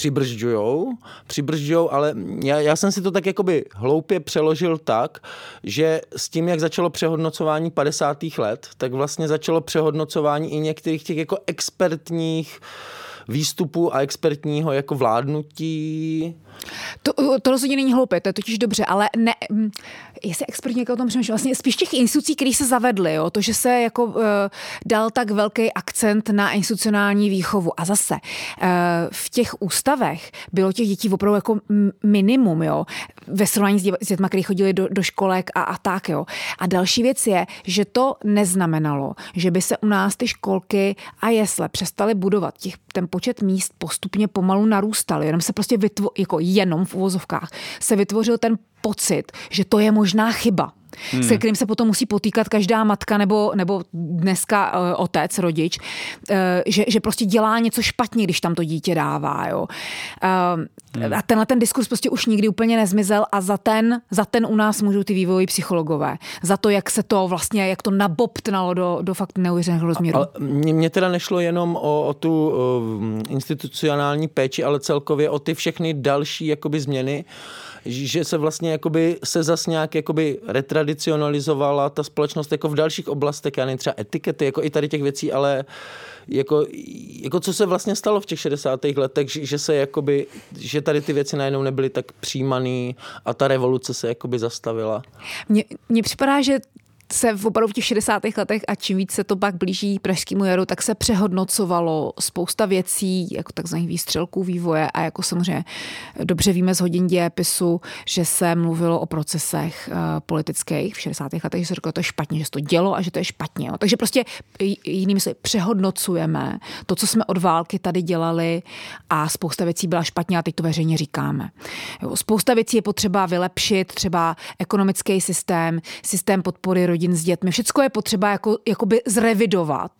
přibržďujou, ale já jsem si to tak jakoby hloupě přeložil tak, že s tím, jak začalo přehodnocování 50. let, tak vlastně začalo přehodnocování i některých těch jako expertních výstupů a expertního jako vládnutí. To rozhodně není hloupé, to je totiž dobře, ale ne, jestli expertně o tom přemýšlím, vlastně spíš těch institucí, které se zavedly, jo, to, že se jako dal tak velký akcent na institucionální výchovu. A zase v těch ústavech bylo těch dětí opravdu jako minimum, jo, ve srovnání s dětma, kteří chodili do školek a tak, jo. A další věc je, že to neznamenalo, že by se u nás ty školky a jesle přestaly budovat. Ten počet míst postupně pomalu narůstal, jenom se prostě jenom v uvozovkách se vytvořil ten pocit, že to je možná chyba. se kterým se potom musí potýkat každá matka nebo dneska otec, rodič, že prostě dělá něco špatně, když tam to dítě dává. Jo. A tenhle ten diskurs prostě už nikdy úplně nezmizel a za ten u nás můžou ty vývojoví psychologové. Za to, jak se to vlastně, jak to nabobtnalo do fakt neuvěřeného rozměru. Ale mně teda nešlo jenom o tu institucionální péči, ale celkově o ty všechny další jakoby změny, že se vlastně jakoby se zas nějak jakoby retradicionalizovala ta společnost jako v dalších oblastech, já nevím, třeba etikety, jako i tady těch věcí, ale jako co se vlastně stalo v těch 60. letech, že se jakoby, že tady ty věci najednou nebyly tak přijímaný a ta revoluce se jakoby zastavila. Mně připadá, že se opravdu v těch 60. letech a čím víc se to pak blíží Pražskému jaru, tak se přehodnocovalo spousta věcí, jako takzvaných výstřelků vývoje a jako samozřejmě dobře víme z hodin dějepisu, že se mluvilo o procesech politických v 60. letech, že se řeklo, že to je špatně, že se to dělo a že to je špatně. Jo. Takže prostě jinými slovy přehodnocujeme to, co jsme od války tady dělali a spousta věcí byla špatně a teď to veřejně říkáme. Jo. Spousta věcí je potřeba vylepšit, třeba ekonomický systém podpory rodin s dětmi. Všecko je potřeba jakoby zrevidovat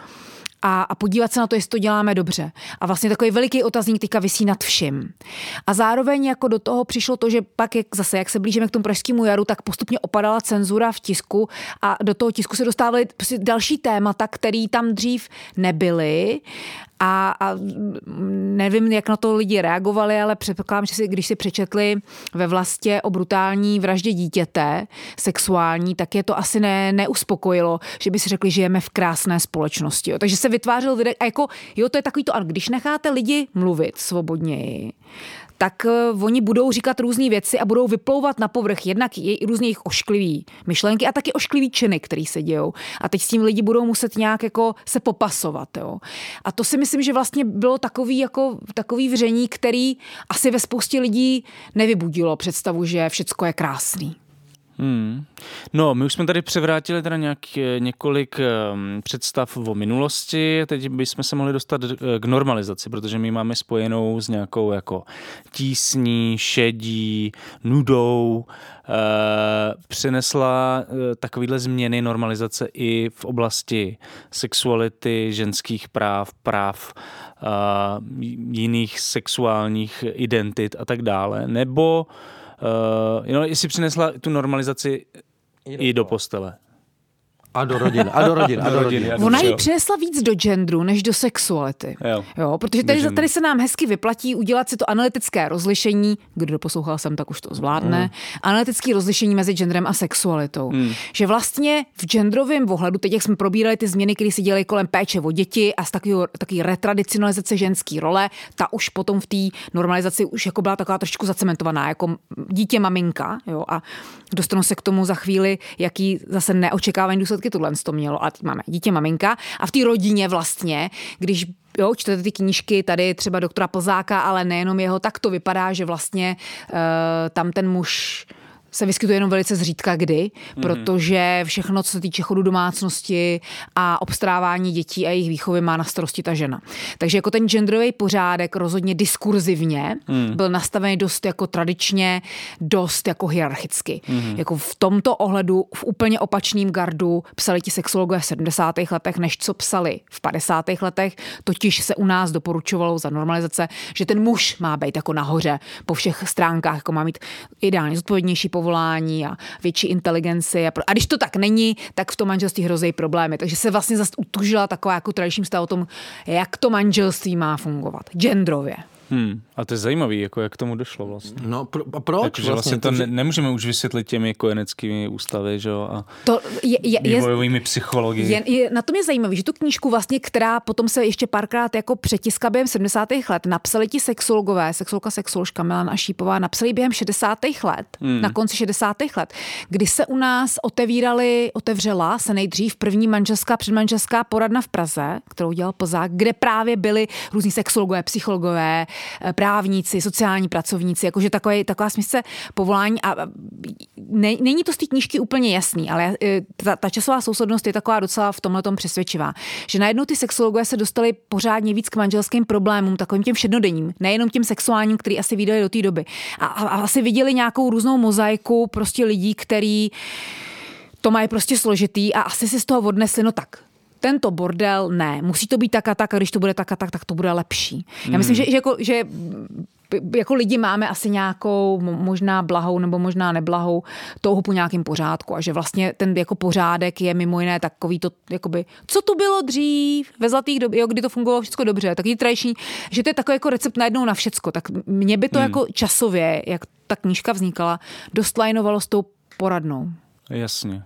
a podívat se na to, jestli to děláme dobře. A vlastně takový veliký otazník teďka visí nad vším. A zároveň jako do toho přišlo to, že pak jak se blížíme k tomu Pražskému jaru, tak postupně opadala cenzura v tisku a do toho tisku se dostávaly prostě další témata, které tam dřív nebyly. A nevím, jak na to lidi reagovali, ale předpokládám, že když si přečetli ve Vlastě o brutální vraždě dítěte sexuální, tak je to asi neuspokojilo, že by si řekli, že žijeme v krásné společnosti. Jo. Takže se vytvářel video a jako, jo, to je takový to, a když necháte lidi mluvit svobodněji, tak oni budou říkat různé věci a budou vyplouvat na povrch jednak různě jejich ošklivý myšlenky a taky ošklivý činy, který se dějou. A teď s tím lidi budou muset nějak jako se popasovat. Jo. A to si myslím, že vlastně bylo takový vření, který asi ve spoustě lidí nevybudilo představu, že všecko je krásný. No, my už jsme tady převrátili teda několik představ o minulosti. Teď bychom se mohli dostat k normalizaci, protože my máme spojenou s nějakou jako tísní, šedí, nudou. Přinesla takovýhle změny normalizace i v oblasti sexuality, ženských práv jiných sexuálních identit a tak dále. Nebo jestli přinesla tu normalizaci i do postele. A do rodin. Ona ji přinesla víc do genderu, než do sexuality. Jo, protože tady se nám hezky vyplatí udělat si to analytické rozlišení, kdo poslouchal jsem, tak už to zvládne, analytické rozlišení mezi genderem a sexualitou. Že vlastně v genderovém ohledu, teď jak jsme probírali ty změny, které se dělaly kolem péče o děti a z takový retradicionalizace ženský role, ta už potom v té normalizaci už jako byla taková trošku zacementovaná, jako dítě maminka, jo, a dostanu se k tomu za chvíli, jaký zase neočekávaný důsledky tohle to mělo. A máme dítě maminka a v té rodině vlastně, když čtete ty knížky tady třeba doktora Plzáka, ale nejenom jeho, tak to vypadá, že vlastně tam ten muž se vyskytuje jenom velice zřídka kdy, protože všechno, co se týče chodu domácnosti a obstarávání dětí a jejich výchovy má na starosti ta žena. Takže jako ten genderový pořádek rozhodně diskurzivně byl nastavený dost jako tradičně, dost jako hierarchicky. Jako v tomto ohledu v úplně opačným gardu psali ti sexologové v 70. letech, než co psali v 50. letech, totiž se u nás doporučovalo za normalizace, že ten muž má být jako nahoře po všech stránkách, jako má mít ideálně zodpovědnější povolání a větší inteligenci. A když to tak není, tak v tom manželství hrozí problémy. Takže se vlastně zase utužila taková jako tradiční stav o tom, jak to manželství má fungovat. Genderově. A to je zajímavý, jako jak k tomu došlo vlastně. No a proč? Takže vlastně to nemůžeme už vysvětlit těmi kojeneckými ústavy, že jo, a vývojovými psychologi. Na tom je zajímavý, že tu knížku vlastně, která potom se ještě párkrát jako přetiskla během 70. let, napsali ti sexologové, sexoložka Milan a Šípová, napsali během 60. let, na konci 60. let, kdy se u nás otevřela se nejdřív první předmanželská poradna v Praze, kterou dělal Plzák, kde právě byli různí sexologové, psychologové, právníci, sociální pracovníci, jakože taková směsice povolání a není to z té knížky úplně jasný, ale ta časová souslednost je taková docela v tomhletom přesvědčivá, že najednou ty sexologové se dostali pořádně víc k manželským problémům, takovým těm všednodenním, nejenom těm sexuálním, který asi viděli do té doby. A asi viděli nějakou různou mozaiku prostě lidí, který to mají prostě složitý a asi si z toho odnesli, no tak, tento bordel ne, musí to být tak a když to bude tak a tak to bude lepší. Já myslím, že jako lidi máme asi nějakou možná blahou nebo možná neblahou touhu po nějakým pořádku a že vlastně ten jako pořádek je mimo jiné takový to, jakoby, co tu bylo dřív ve zlatých době, kdy to fungovalo všechno dobře, takový tradiční, že to je takový jako recept najednou na všecko. Tak mě by to jako časově, jak ta knížka vznikala, dost lajnovalo s tou poradnou. Jasně.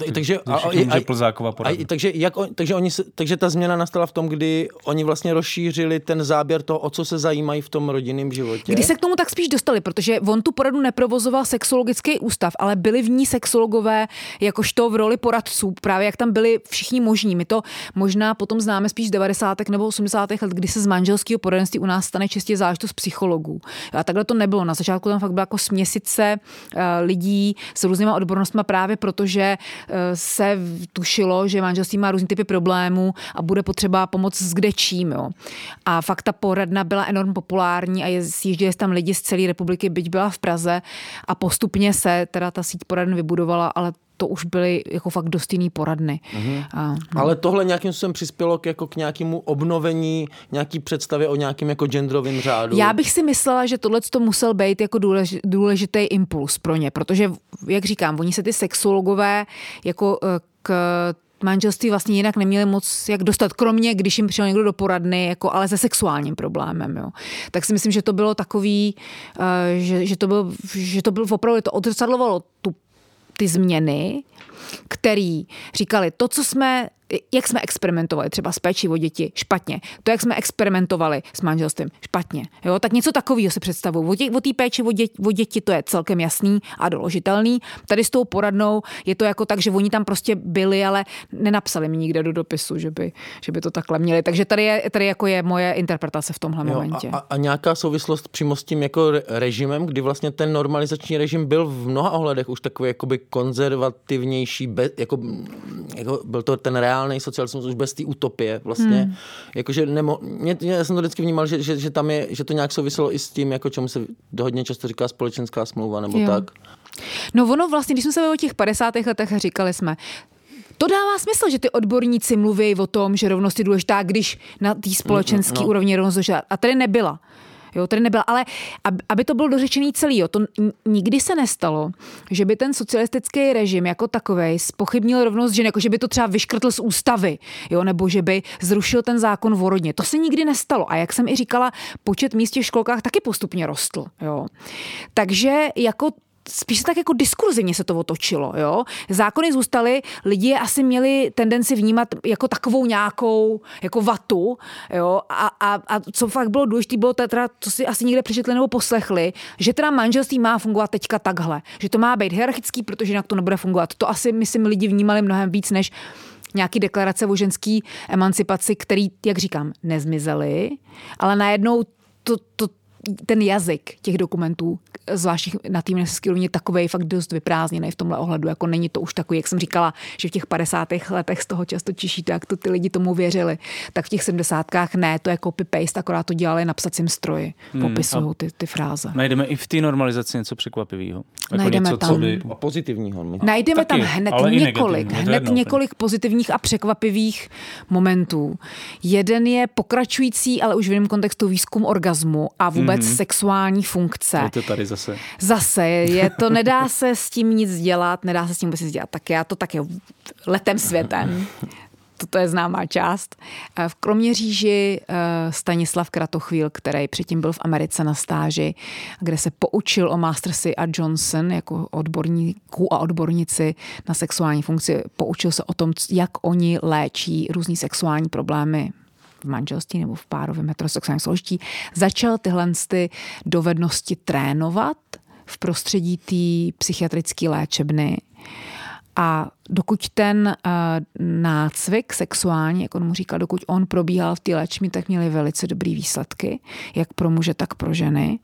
Takže ta změna nastala v tom, kdy oni vlastně rozšířili ten záběr toho, o co se zajímají v tom rodinném životě. Kdy se k tomu tak spíš dostali, protože on tu poradu neprovozoval sexologický ústav, ale byli v ní sexologové jakožto v roli poradců, právě jak tam byli všichni možní. My to možná potom známe spíš z 90. nebo 80. let, kdy se z manželského poradenství u nás stane čistě záležitost psychologů. A takhle to nebylo. Na začátku tam fakt byla jako směsice lidí s různýma odbornostmi právě protože se tušilo, že manželství má různý typy problémů a bude potřeba pomoc s kdečím. Jo. A fakt ta poradna byla enormně populární a sjížděli tam lidi z celé republiky, byť byla v Praze a postupně se teda ta síť poradn vybudovala, ale to už byly jako fakt dost jiný poradny. Ale tohle nějakým způsobem přispělo k nějakému obnovení nějaký představy o nějakým jako genderovým řádu? Já bych si myslela, že tohle to musel být jako důležitý impuls pro ně, protože, jak říkám, oni se ty sexologové jako k manželství vlastně jinak neměli moc jak dostat, kromě když jim přišel někdo do poradny, jako, ale se sexuálním problémem. Jo. Tak si myslím, že to bylo takový, že to bylo opravdu, to odzrcadlovalo ty změny, který říkali, to, co jsme, jak jsme experimentovali třeba s péčí o děti, špatně. To, jak jsme experimentovali s manželstvím, špatně. Jo, tak něco takového si představuju. O té péči o děti to je celkem jasný a doložitelný. Tady s tou poradnou je to jako tak, že oni tam prostě byli, ale nenapsali mi nikde do dopisu, že by to takhle měli. Takže tady jako je moje interpretace v tomhle momentě. A nějaká souvislost přímo s tím jako režimem, kdy vlastně ten normalizační režim byl v mnoha ohledech už takový jakoby konzervativnější, jako byl to ten reálný socialismus už bez té utopie vlastně. Jakože já jsem to vždycky vnímal, že tam je, že to nějak souviselo i s tím, jako čemu se hodně často říká společenská smlouva nebo tak. No ono vlastně, když jsme se o těch 50. letech říkali jsme, to dává smysl, že ty odborníci mluví o tom, že rovnost je důležitá, když na té společenské úrovni rovnost důležitá. A tady nebyla. Jo, tady nebyla, ale aby to bylo dořečený celý, jo, to nikdy se nestalo, že by ten socialistický režim jako takovej zpochybnil rovnost žen, jako že by to třeba vyškrtl z ústavy, jo, nebo že by zrušil ten zákon o rodině. To se nikdy nestalo. A jak jsem i říkala, počet míst v těch školkách taky postupně rostl. Jo. Takže jako spíš tak jako diskurzivně se to otočilo, jo. Zákony zůstaly, lidi asi měli tendenci vnímat jako takovou nějakou jako vatu, jo. A co fakt bylo důležité, bylo teda, co si asi někde přečetli nebo poslechli, že teda manželství má fungovat teďka takhle, že to má být hierarchický, protože jinak to nebude fungovat. To asi, myslím, lidi vnímali mnohem víc než nějaký deklarace o ženský emancipaci, který, jak říkám, nezmizely, ale najednou ten jazyk těch dokumentů, zvláště na té ministerské úrovni, takovej fakt dost vyprázdněný v tomhle ohledu. Jako není to už takový, jak jsem říkala, že v těch 50. letech z toho často čišíte, jak to ty lidi tomu věřili. Tak v těch 70. ne, to je copy-paste, akorát to dělali na psacím stroji. Popisují ty fráze. Najdeme i v té normalizaci něco překvapivého. Jako najdeme něco, tam. A pozitivního. Najdeme taky, tam hned několik několik pozitivních a překvapivých momentů. Jeden je pokračující, ale už v jiném kontextu výzkum orgazmu a vůbec sexuální funkce. Je to tady Zase je to, nedá se s tím nic dělat, nedá se s tím vůbec nic dělat. Tak já to taky letem světem. Toto je známá část. V Kroměříži Stanislav Kratochvíl, který předtím byl v Americe na stáži, kde se poučil o Mastersy a Johnson jako odborníků a odbornici na sexuální funkci. Poučil se o tom, jak oni léčí různý sexuální problémy v manželství nebo v párovém heterosexuálním složití. Začal tyhle dovednosti trénovat v prostředí té psychiatrické léčebny. A dokud ten nácvik sexuální, jak on mu říkal, dokud on probíhal v té léčbě, tak měli velice dobrý výsledky, jak pro muže, tak pro ženy.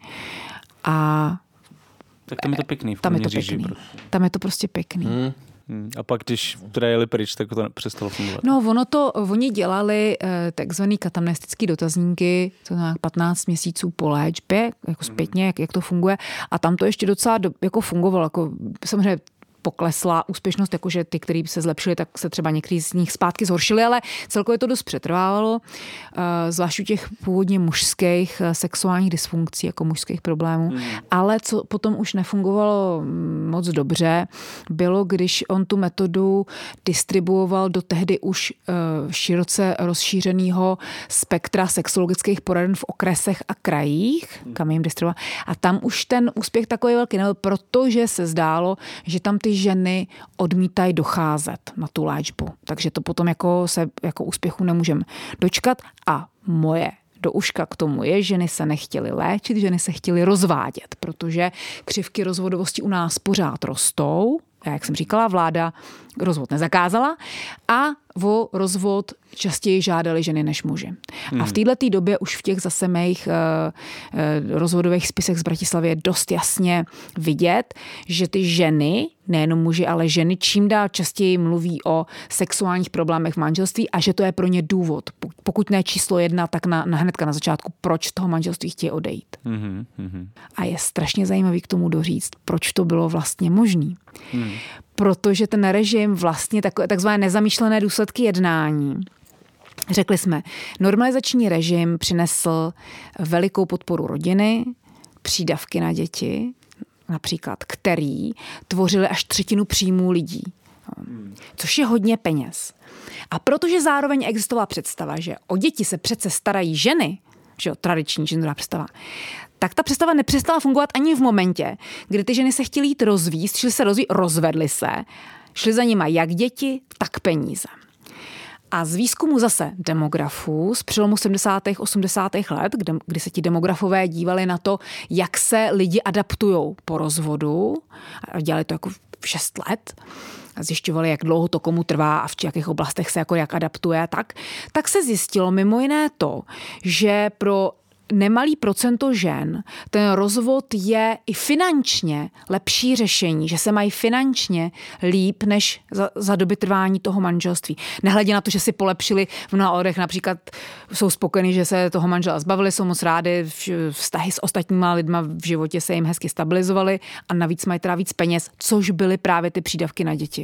A tak tam je to pěkný. Tam je to prostě pěkný. A pak, když jeli pryč, tak to přestalo fungovat. No, oni dělali takzvaný katamnestický dotazníky, to znamená 15 měsíců po léčbě, jako zpětně, jak to funguje. A tam to ještě docela jako fungovalo. Jako, samozřejmě poklesla úspěšnost, jakože ty, kteří se zlepšili, tak se třeba některý z nich zpátky zhoršili, ale celkově to dost přetrvávalo, zvlášť u těch původně mužských sexuálních dysfunkcí, jako mužských problémů. Ale co potom už nefungovalo moc dobře, bylo, když on tu metodu distribuoval do tehdy už široce rozšířeného spektra sexologických poraden v okresech a krajích, kam jim distribuoval. A tam už ten úspěch takový velký nebyl, protože se zdálo, že tam ty ženy odmítají docházet na tu léčbu. Takže to potom se úspěchu nemůžeme dočkat. A moje do uška k tomu je, ženy se nechtěly léčit, ženy se chtěly rozvádět, protože křivky rozvodovosti u nás pořád rostou. Jak jsem říkala, vláda rozvod nezakázala a o rozvod častěji žádali ženy než muži. A v této době už v těch zase mých rozvodových spisech z Bratislavy je dost jasně vidět, že ty ženy, nejenom muži, ale ženy čím dál častěji mluví o sexuálních problémech v manželství a že to je pro ně důvod. Pokud ne číslo 1, tak hnedka na začátku, proč z toho manželství chtějí odejít. A je strašně zajímavý k tomu doříct, proč to bylo vlastně možný. Protože ten režim vlastně takzvané nezamýšlené důsledky jednání. Řekli jsme, normalizační režim přinesl velikou podporu rodiny, přídavky na děti, například, který tvořili až 1/3 příjmů lidí, což je hodně peněz. A protože zároveň existovala představa, že o děti se přece starají ženy, že jo, tradiční genderová představa, tak ta představa nepřestala fungovat ani v momentě, kdy ty ženy se chtěly jít rozvíst, rozvedly se, šly za nima jak děti, tak peníze. A z výzkumu zase demografů z přelomu 70. 80. let, kdy se ti demografové dívali na to, jak se lidi adaptujou po rozvodu, a dělali to jako v 6 let, a zjišťovali, jak dlouho to komu trvá a v jakých oblastech se jako jak adaptuje, tak se zjistilo mimo jiné to, že pro nemalý procento žen ten rozvod je i finančně lepší řešení, že se mají finančně líp než za doby trvání toho manželství. Nehledě na to, že si polepšili v mnoha ohledech, například jsou spokojení, že se toho manžela zbavili, jsou moc rádi, vztahy s ostatníma lidma v životě se jim hezky stabilizovaly a navíc mají teda víc peněz, což byly právě ty přídavky na děti.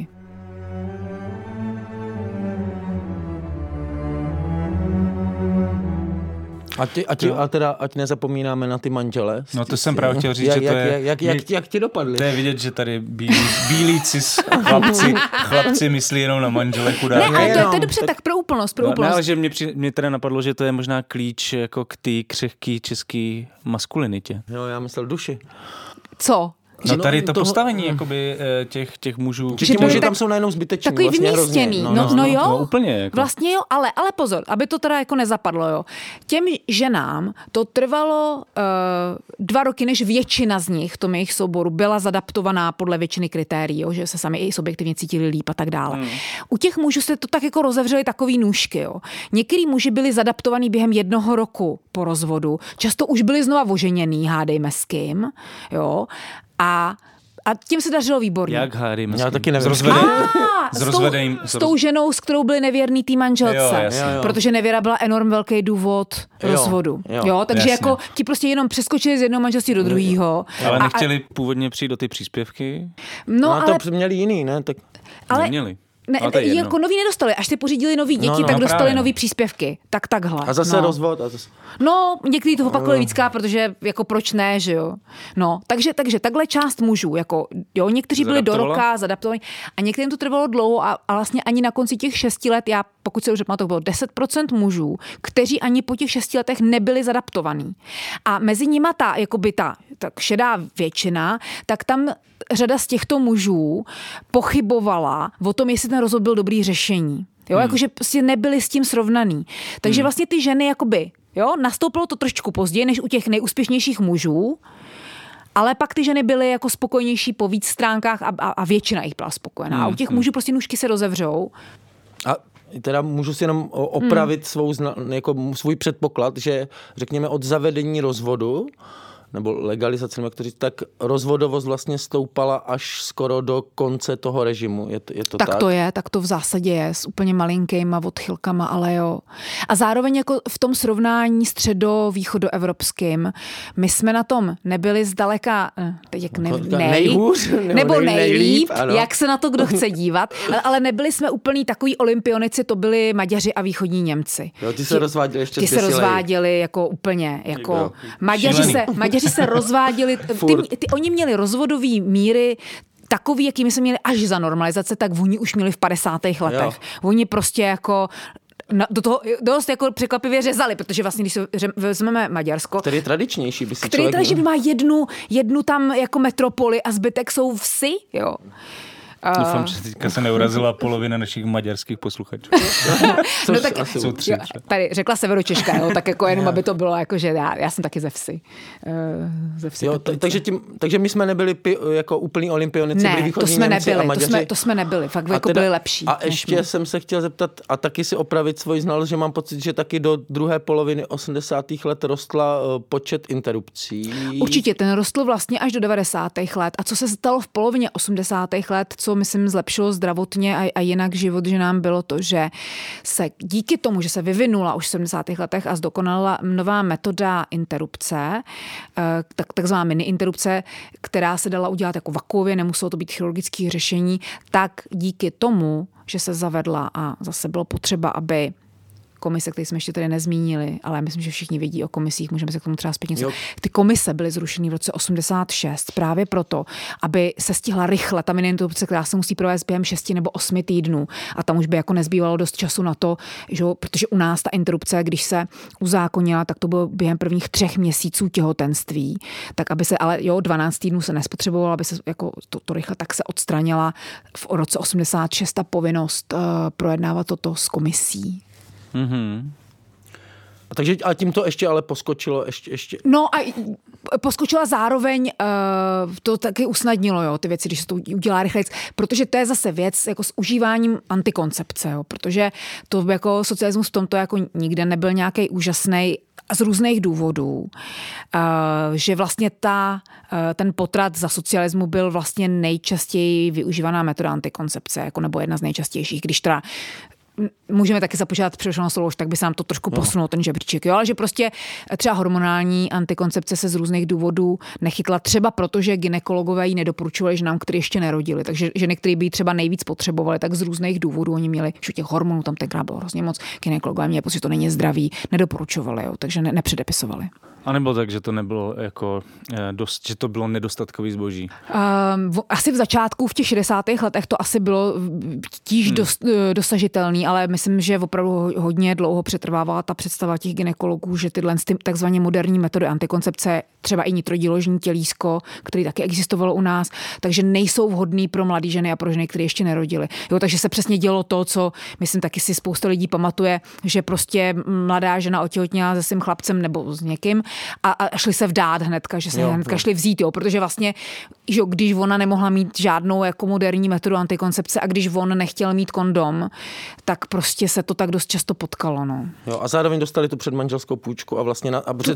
Ať nezapomínáme na ty manžele. No to jsem právě chtěl říct, že to je... Jak ti dopadli? To je vidět, že tady bílí cis chlapci myslí jenom na manžele chudák. Ne, ale to je dobře, tak pro úplnost. Ne, ale že mě teda napadlo, že to je možná klíč jako k té křehký český maskulinitě. Jo, já myslel duši. Co? No tady to postavení jakoby těch mužů. Že ti muži tam jsou najednou zbyteční. Takový vlastně vymístěný. No, jo. No, úplně. Jako. Vlastně jo, ale pozor, aby to teda jako nezapadlo, jo. Těm ženám to trvalo 2 roky, než většina z nich v tom jejich souboru byla zadaptovaná podle většiny kritérií, jo, že se sami i subjektivně cítili líp a tak dále. U těch mužů se to tak jako rozevřely takový nůžky, jo. Některý muži byli zadaptovaní během 1 roku po rozvodu, často už byli znova oženěný, hádejme s kým, jo. A tím se dařilo výborně. Jak hádejme? Já taky nevím. S tou ženou, s kterou byli nevěrný tý manželce. Jo. Protože nevěra byla enorm velký důvod rozvodu. Jo, takže jasně. jako ti prostě jenom přeskočili z jednoho manželství do druhého. Ale nechtěli původně přijít do ty příspěvky? No ale to měli jiný, ne? Tak... Ale... Neměli. Ne, jako noví nedostali, až si pořídili nový děti, tak dostali právě. Nový příspěvky. Takhle. A zase rozvod. No, někteří to opakovali víckrát, protože jako proč ne, že jo. No, takže takhle část mužů, jako jo, někteří byli do roka zadaptovaní a některým to trvalo dlouho a vlastně ani na konci těch 6 let, pokud se už to bylo 10% mužů, kteří ani po těch 6 letech nebyli zadaptovaní. A mezi nima ta šedá většina, tak tam řada z těchto mužů pochybovala o tom, jestli ten rozvod byl dobrý řešení. Jo, jakože prostě nebyli s tím srovnaný. Takže vlastně ty ženy jakoby, jo, nastoupilo to trošičku později, než u těch nejúspěšnějších mužů, ale pak ty ženy byly jako spokojnější po víc stránkách a většina jich byla spokojená. A u těch mužů prostě nůžky se rozevřou. A teda můžu si jenom opravit svůj předpoklad, že řekněme od zavedení rozvodu nebo legalizace, jak to říct, tak rozvodovost vlastně stoupala až skoro do konce toho režimu. Je to tak? Tak to v zásadě je, s úplně malinkýma odchylkama, ale jo. A zároveň jako v tom srovnání středo-východoevropským, my jsme na tom nebyli zdaleka, teď jak nejhůř, nebo nejlíp, jak se na to kdo chce dívat, ale nebyli jsme úplný takový olympionici, to byli Maďaři a východní Němci. Jo, ti se rozváděli ještě se rozváděli jako úplně, jako Maďaři se rozváděli, oni měli rozvodový míry takový, jaký my jsme měli až za normalizace, tak oni už měli v 50. letech. Jo. Oni prostě jako do toho dost jako překvapivě řezali, protože vlastně, když vezmeme Maďarsko, který je tradičnější, by si který člověk... Který má jednu tam jako metropoli a zbytek jsou vsi, jo. Doufám, že teďka se neurazila polovina našich maďarských posluchačů. No tak tady řekla Severočeška, jo, tak jako jenom, aby to bylo jako, že já jsem taky ze vsi. Jo, takže my jsme nebyli jako úplný olympionici, byli východní Němci a Maďaři. To jsme nebyli, fakt jako byli lepší. A ještě jsem se chtěl zeptat a taky si opravit svoji znalost, že mám pocit, že taky do druhé poloviny 80. let rostla počet interrupcí. Určitě, ten rostl vlastně až do 90. let. A co se stalo v polovině 80. let, co myslím zlepšilo zdravotně a jinak život, že nám bylo to, že se díky tomu, že se vyvinula už v 70. letech a zdokonala nová metoda interrupce, takzvaná mini interrupce, která se dala udělat jako vakuově, nemuselo to být chirurgické řešení, tak díky tomu, že se zavedla a zase bylo potřeba, aby komise, které jsme ještě tady nezmínili, ale myslím, že všichni vědí o komisích, můžeme se k tomu třeba zpět něco. Ty komise byly zrušeny v roce 86 právě proto, aby se stihla rychle ta mini interrupce, která se musí provést během 6 nebo 8 týdnů. A tam už by jako nezbývalo dost času na to, že, protože u nás ta interrupce, když se uzákonila, tak to bylo během prvních 3 měsíců těhotenství. Tak aby se, ale 12 týdnů se nespotřebovalo, aby se jako to rychle tak se odstranila v roce 86 ta povinnost projednávat toto s komisí. Mm-hmm. Takže a tím to ještě ale poskočilo ještě. No a poskočila zároveň, to taky usnadnilo, jo, ty věci, když se to udělá rychleji, protože to je zase věc jako s užíváním antikoncepce, jo, protože to jako socialismus v tomto jako nikde nebyl nějaký úžasný z různých důvodů, že vlastně ten potrat za socialismu byl vlastně nejčastěji využívaná metoda antikoncepce, jako nebo jedna z nejčastějších, když teda můžeme taky započítat přerušenou soulož, tak by se nám to trošku posunul ten žebříček, jo, ale že prostě třeba hormonální antikoncepce se z různých důvodů nechytla, třeba protože gynekologové ji nedoporučovali ženám, které ještě nerodili, takže ženy, které by ji třeba nejvíc potřebovali, tak z různých důvodů oni měli, že těch hormonů tam tenkrát bylo hrozně moc, gynekologové měli, protože to není zdravý, nedoporučovali, jo, takže nepředepisovali. A nebo tak, že to nebylo jako že to bylo nedostatkový zboží? Asi v začátku, v těch 60. letech to asi bylo tíž dosažitelný, ale myslím, že opravdu hodně dlouho přetrvávala ta představa těch gynekologů, že tyhle takzvaně moderní metody antikoncepce, třeba i nitrodiložní tělísko, které taky existovalo u nás, takže nejsou vhodný pro mladé ženy a pro ženy, které ještě nerodily. Jo, takže se přesně dělo to, co myslím taky si spousta lidí pamatuje, že prostě mladá žena otěhotněla se svým chlapcem nebo s někým a šli se vdát hnedka, že se hnedka šli vzít, jo, protože vlastně, že když ona nemohla mít žádnou jako moderní metodu antikoncepce a když on nechtěl mít kondom, tak prostě se to tak dost často potkalo, no. Jo, a zároveň dostali tu předmanželskou půjčku a vlastně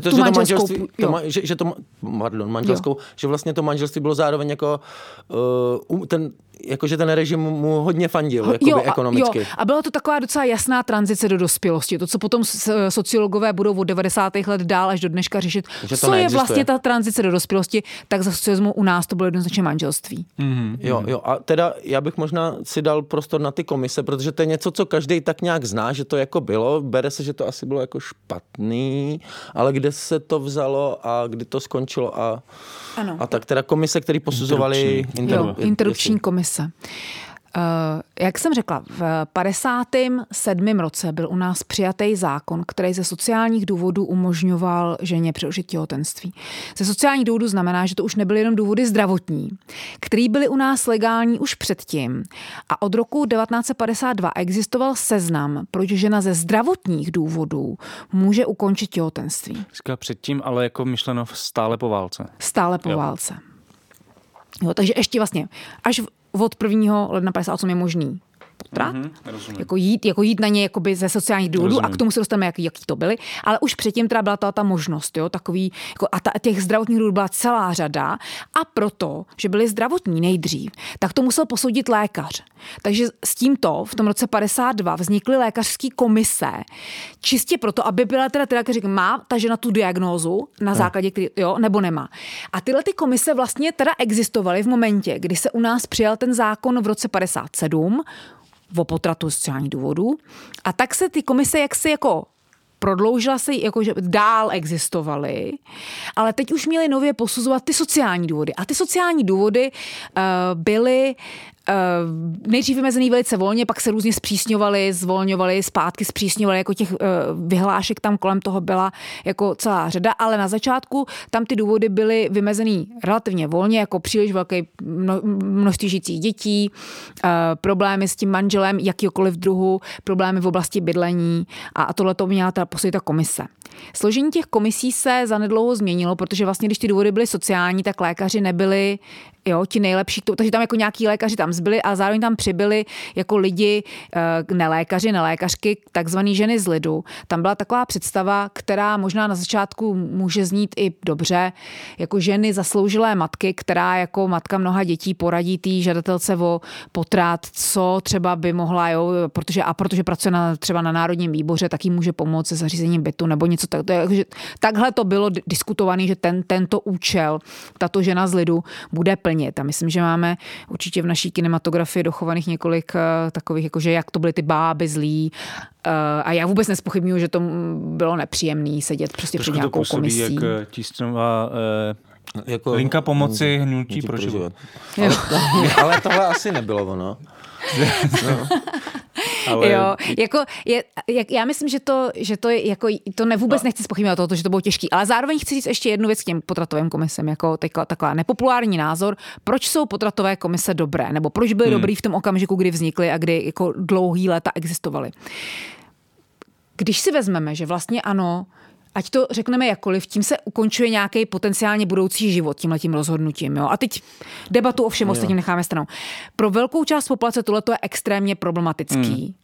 že vlastně to manželství bylo zároveň jako jakože ten režim mu hodně fandil, ekonomicky. Jo. A byla to taková docela jasná tranzice do dospělosti. To, co potom sociologové budou od 90. let dál až do dneška řešit, co je vlastně ta tranzice do dospělosti, tak za socialismu u nás to bylo jednoznačně manželství. Mm-hmm. Jo. A teda já bych možná si dal prostor na ty komise, protože to je něco, co každý tak nějak zná, že to jako bylo. Bere se, že to asi bylo jako špatný, ale kde se to vzalo a kdy to skončilo a tak teda komise, který posuzovali interrupční komise. Jak jsem řekla, v 57. roce byl u nás přijatý zákon, který ze sociálních důvodů umožňoval ženě přerušit těhotenství. Ze sociálních důvodů znamená, že to už nebyly jenom důvody zdravotní, které byly u nás legální už předtím. A od roku 1952 existoval seznam, proč žena ze zdravotních důvodů může ukončit těhotenství. Předtím, ale jako myšleno stále po válce. Stále po válce. Jo, takže ještě vlastně až od 1. ledna 58 je možný potrat, jako jít na ně jakoby ze sociálních důvodů a k tomu se dostaneme, jaký to byly, ale už předtím teda byla ta možnost, jo, takový, jako, a těch zdravotních důvodů byla celá řada a proto, že byli zdravotní nejdřív, tak to musel posoudit lékař. Takže s tímto v tom roce 52 vznikly lékařské komise, čistě proto, aby byla teda ty lékaři, má ta žena tu diagnózu na základě, jo, nebo nemá. A tyhle ty komise vlastně teda existovaly v momentě, kdy se u nás přijal ten zákon v roce 57 o potratu sociálních důvodů a tak se ty komise jaksi jako prodloužila se, jakože dál existovaly, ale teď už měly nově posuzovat ty sociální důvody. A ty sociální důvody byly nejdřív vymezený velice volně, pak se různě zpřísňovaly, zvolňovaly, zpátky zpřísňovaly, jako těch vyhlášek tam kolem toho byla jako celá řada, ale na začátku tam ty důvody byly vymezený relativně volně, jako příliš velké množství žijících dětí, problémy s tím manželem, jakýkoliv druhu, problémy v oblasti bydlení a tohle to měla teda posoudit ta komise. Složení těch komisí se zanedlouho změnilo, protože vlastně, když ty důvody byly sociální, tak lékaři nebyli ti nejlepší, takže tam jako nějaký lékaři tam zbyli a zároveň tam přibyli jako lidi, nelékaři, nelékařky, takzvaný ženy z lidu. Tam byla taková představa, která možná na začátku může znít i dobře, jako ženy zasloužilé matky, která jako matka mnoha dětí poradí té žadatelce o potrat, co třeba by mohla, protože pracuje třeba na Národním výboře, tak jí může pomoct se zařízením bytu nebo něco takhle to bylo diskutované, že tento účel, tato žena z lidu bude plnit. A myslím, že máme určitě v naší kinematografii dochovaných několik takových, jakože jak to byly ty báby zlí. A já vůbec nespochybnuju, že to bylo nepříjemný sedět prostě před nějakou komisí. Jak tísňová jako linka pomoci hnutí pro život. Ale tohle asi nebylo ono. No. Ale... Jo, já myslím, že to je jako, to vůbec nechci zpochybňovat toho, že to bylo těžký, ale zároveň chci říct ještě jednu věc k těm potratovým komisem, jako taková nepopulární názor, proč jsou potratové komise dobré, nebo proč byly dobrý v tom okamžiku, kdy vznikly a kdy jako dlouhý léta existovaly. Když si vezmeme, že vlastně ano, ať to řekneme jakkoliv, tím se ukončuje nějaký potenciálně budoucí život tímhletím rozhodnutím. Jo? A teď debatu o všem ostatním necháme stranou. Pro velkou část populace tohle je extrémně problematický.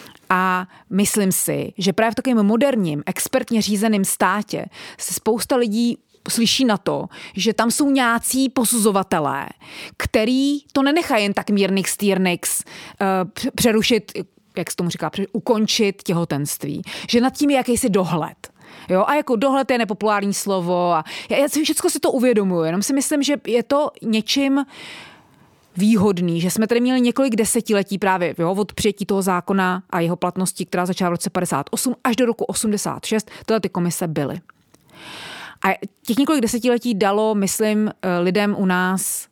A myslím si, že právě v takovém moderním, expertně řízeném státě se spousta lidí slyší na to, že tam jsou nějací posuzovatelé, který to nenechají jen tak mírnix, týrnix, přerušit, jak se tomu říká, ukončit těhotenství. Že nad tím je jakýsi dohled. Jo, a jako dohled je nepopulární slovo a já všechno si to uvědomuji, jenom si myslím, že je to něčím výhodný, že jsme tady měli několik desetiletí právě od přijetí toho zákona a jeho platnosti, která začala v roce 58 až do roku 86, tyhle ty komise byly. A těch několik desetiletí dalo, myslím, lidem u nás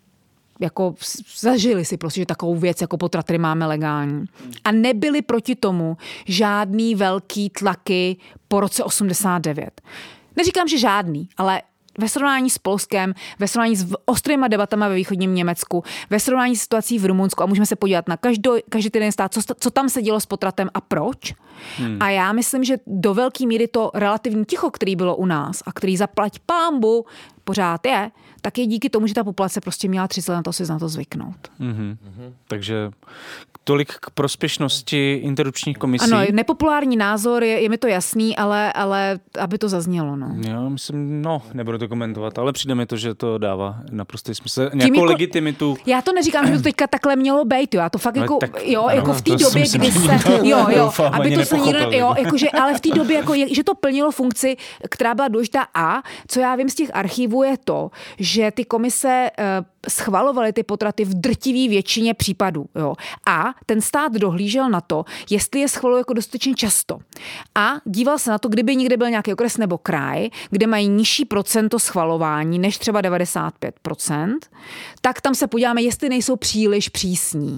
jako zažili si prostě, že takovou věc jako potraty máme legální. A nebyly proti tomu žádný velký tlaky po roce 89. Neříkám, že žádný, ale ve srovnání s Polskem, ve srovnání s ostrýma debatama ve východním Německu, ve srovnání s situací v Rumunsku a můžeme se podívat na každý ten stát, co tam se dělo s potratem a proč. A já myslím, že do velké míry to relativní ticho, který bylo u nás a který zaplať pánbu pořád je, tak je díky tomu, že ta populace prostě měla 30 let na to si na to zvyknout. Takže tolik k prospěšnosti interrupčních komisí. Ano, nepopulární názor, je mi to jasný, ale aby to zaznělo. No. Jo, myslím, nebudu to komentovat, ale přijde mi to, že to dává naprostý smysl. Nějakou legitimitu. Já to neříkám, že by to teďka takhle mělo být, jo. Já to fakt jako, jako v té době, kdy se, aby to se ale v té době, jako, že to plnilo funkci, která byla důležitá a co já vím z těch archivů je to, že ty komise schvalovaly ty potraty v drtivé většině případů. Jo. A ten stát dohlížel na to, jestli je schvaluje jako dostatečně často. A díval se na to, kdyby někde byl nějaký okres nebo kraj, kde mají nižší procento schvalování než třeba 95%, tak tam se podíváme, jestli nejsou příliš přísní.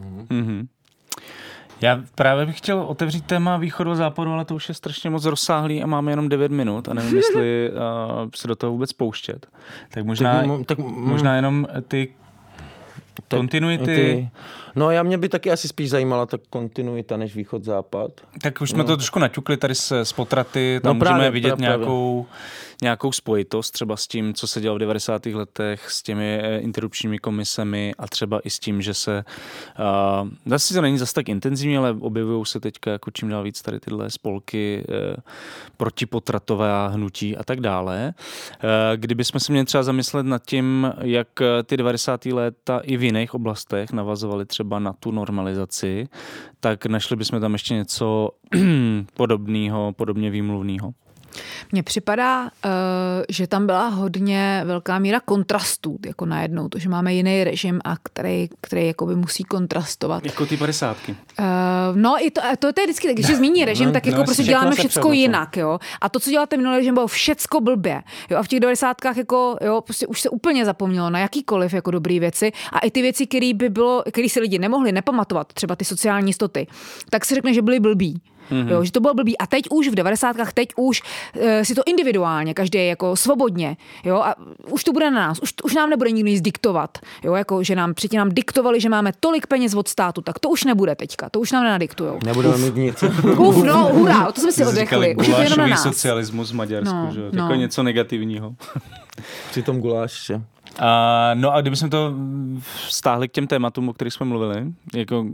Já právě bych chtěl otevřít téma východu a západu, ale to už je strašně moc rozsáhlý a máme jenom 9 minut a nevím, jestli se do toho vůbec pouštět. Tak možná jenom ty kontinuity. No mě by taky asi spíš zajímala ta kontinuita než východ-západ. Tak už jsme to trošku naťukli tady z potraty, tam můžeme vidět nějakou spojitost třeba s tím, co se dělo v 90. letech, s těmi interrupčními komisemi a třeba i s tím, že se zase to není zase tak intenzivní, ale objevují se teďka jako čím dál víc tady tyhle spolky protipotratové hnutí a tak dále. Kdybychom se měli třeba zamyslet nad tím, jak ty 90. léta i v jiných oblastech navazovaly třeba na tu normalizaci, tak našli bychom tam ještě něco podobného, podobně výmluvného. Mně připadá, že tam byla hodně velká míra kontrastů, jako najednou, to, že máme jiný režim a který jakoby musí kontrastovat. Jako ty 50. No i to je vždycky tak, když se zmíní režim, tak jako prostě děláme všecko jinak, jo. A to, co dělal ten minulý režim, bylo všecko blbě. Jo, a v těch 90kách jako, jo, prostě už se úplně zapomnělo na jakýkoliv jako dobrý věci a i ty věci, které si lidi nemohli nepamatovat, třeba ty sociální jistoty, tak se řekne, že byly blbý. Jo, že to bylo blbý. A teď už v 90kách, si to individuálně, každý je jako svobodně, jo, a už to bude na nás, už nám nebude nikdo nic diktovat, jo, jako, že předtím nám diktovali, že máme tolik peněz od státu, tak to už nebude teďka, to už nám nenadiktujou. Nebudeme mít nic. No, hurá, to jsme si oddechli, už je to jenom na nás. Socialismus v Maďarsku, že jo, jako něco negativního. Přitom guláš, že? No a kdybychom to stáhli k těm tématům, o kterých jsme mluvili, jako,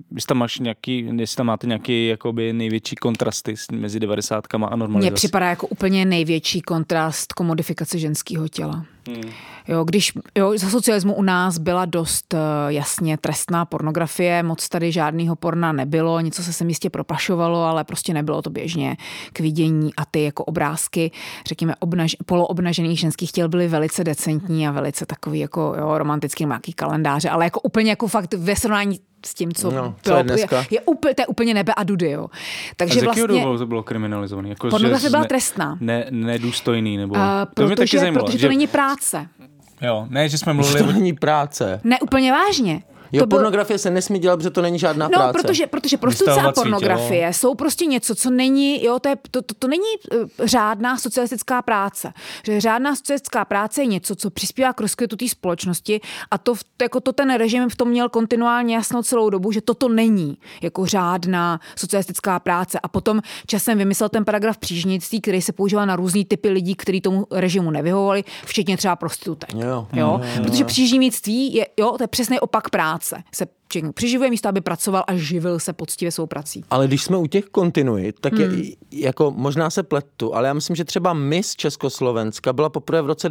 jestli tam máte nějaký jakoby největší kontrasty mezi 90kama a normalizací? Mně připadá jako úplně největší kontrast komodifikace ženského těla. Jo, za socialismu u nás byla dost jasně trestná pornografie, moc tady žádného porna nebylo, něco se místě propašovalo, ale prostě nebylo to běžně k vidění a ty jako obrázky, řekněme, poloobnažených ženských těl byly velice decentní a velice takový jako romantický nějaký kalendáře, ale jako úplně jako fakt ve srovnání s tím, co bylo, to je úplně nebe a dudy, jo. Takže a z jakého důvodu to bylo kriminalizované? Jako, pornografie byla trestná. Nedůstojný, nebo... to mě taky zajímalo. Protože to není práce. Jo, ne, že jsme mluvili... To není práce. Ne, úplně vážně. Jo, pornografie se nesmí dělat, protože to není žádná práce. Protože prostituce a pornografie jsou prostě něco, co není, jo, to není řádná socialistická práce. Že řádná socialistická práce je něco, co přispívá k rozkvětu té společnosti a to ten režim v tom měl kontinuálně jasno celou dobu, že toto není jako řádná socialistická práce. A potom časem vymyslel ten paragraf přížnictví, který se používal na různý typy lidí, kteří tomu režimu nevyhovovali, včetně třeba prostitutek. Jo. Protože příživnictví je, to je přesný opak práce. Se přiživuje místo, aby pracoval a živil se poctivě svou prací. Ale když jsme u těch kontinuit, tak jako možná se pletu, ale já myslím, že třeba Miss Československa byla poprvé v roce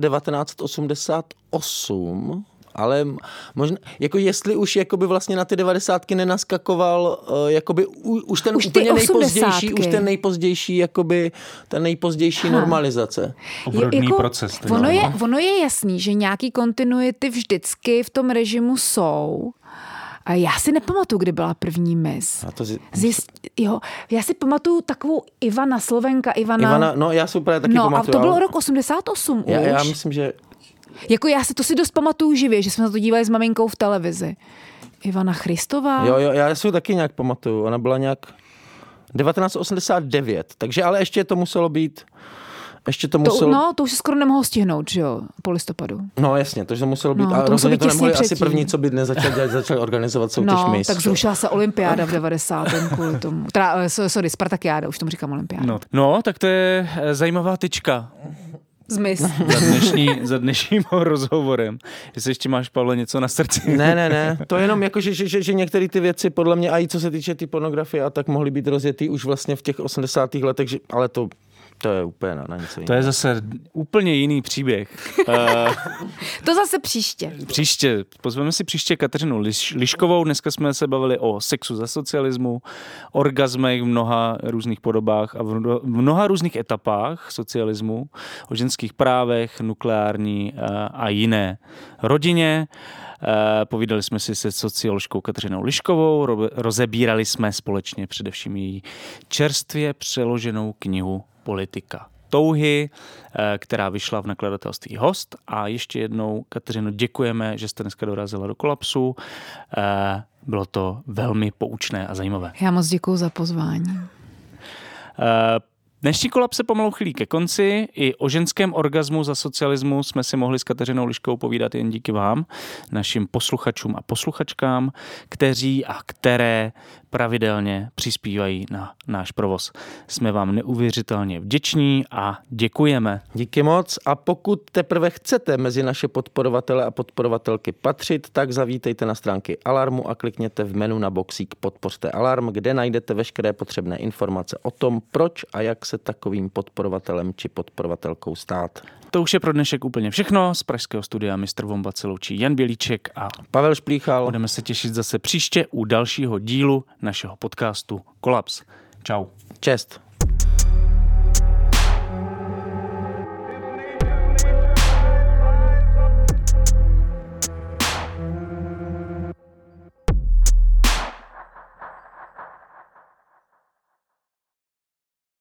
1988, ale možná, jako jestli už jakoby vlastně na ty 90ky nenaskakoval jakoby už ten úplně nejpozdější, jakoby ta nejpozdější normalizace. Obrodný proces. Ono je jasný, že nějaký kontinuity vždycky v tom režimu jsou. Já si nepamatuju, kdy byla první Miss. Já si pamatuju takovou Ivana, Slovenka. Ivana, no já si úplně taky pamatuju. No a to bylo rok 88 už. Já myslím, že... Jako to si dost pamatuju živě, že jsme na to dívali s maminkou v televizi. Ivana Christová. Jo, já si to taky nějak pamatuju. Ona byla nějak 1989, takže ale ještě to muselo být... to už se skoro nemohlo stihnout, že jo, po listopadu. No jasně, to muselo být, a rozhodně to nemohli asi první, co by dnes začali organizovat soutěž Miss. Tak zrušila se olympiáda v 90. kvůli tomu. Spartakiáda, už tomu říkám olympiáda. No, tak to je zajímavá tyčka. Z Miss. Za dnešním rozhovorem. Jestli ještě máš, Pavle, něco na srdci. Ne. To je jenom jako, že některé ty věci podle mě, a i co se týče ty pornografie, a tak mohly být rozjetý už vlastně v těch 80. letech, ale to je úplně na něco jiného. To je zase úplně jiný příběh. To zase příště. Pozveme si příště Kateřinu Liškovou. Dneska jsme se bavili o sexu za socialismu, orgazmech v mnoha různých podobách a v mnoha různých etapách socialismu, o ženských právech, nukleární a jiné rodině. Povídali jsme si se socioložkou Kateřinou Liškovou, rozebírali jsme společně především její čerstvě přeloženou knihu Politika touhy, která vyšla v nakladatelství Host. A ještě jednou, Kateřino, děkujeme, že jste dneska dorazila do Kolapsu. Bylo to velmi poučné a zajímavé. Já moc děkuju za pozvání. Dnešní Kolaps se pomalu chýlí ke konci. I o ženském orgazmu za socialismu jsme si mohli s Kateřinou Liškou povídat jen díky vám, našim posluchačům a posluchačkám, kteří a které pravidelně přispívají na náš provoz. Jsme vám neuvěřitelně vděční a děkujeme. Díky moc a pokud teprve chcete mezi naše podporovatele a podporovatelky patřit, tak zavítejte na stránky Alarmu a klikněte v menu na boxík Podpořte Alarm, kde najdete veškeré potřebné informace o tom, proč a jak se takovým podporovatelem či podporovatelkou stát. To už je pro dnešek úplně všechno. Z pražského studia Mr. Vombat se loučí Jan Bělíček a Pavel Šplíchal. Budeme se těšit zase příště u dalšího dílu našeho podcastu Kolaps. Čau. Čest.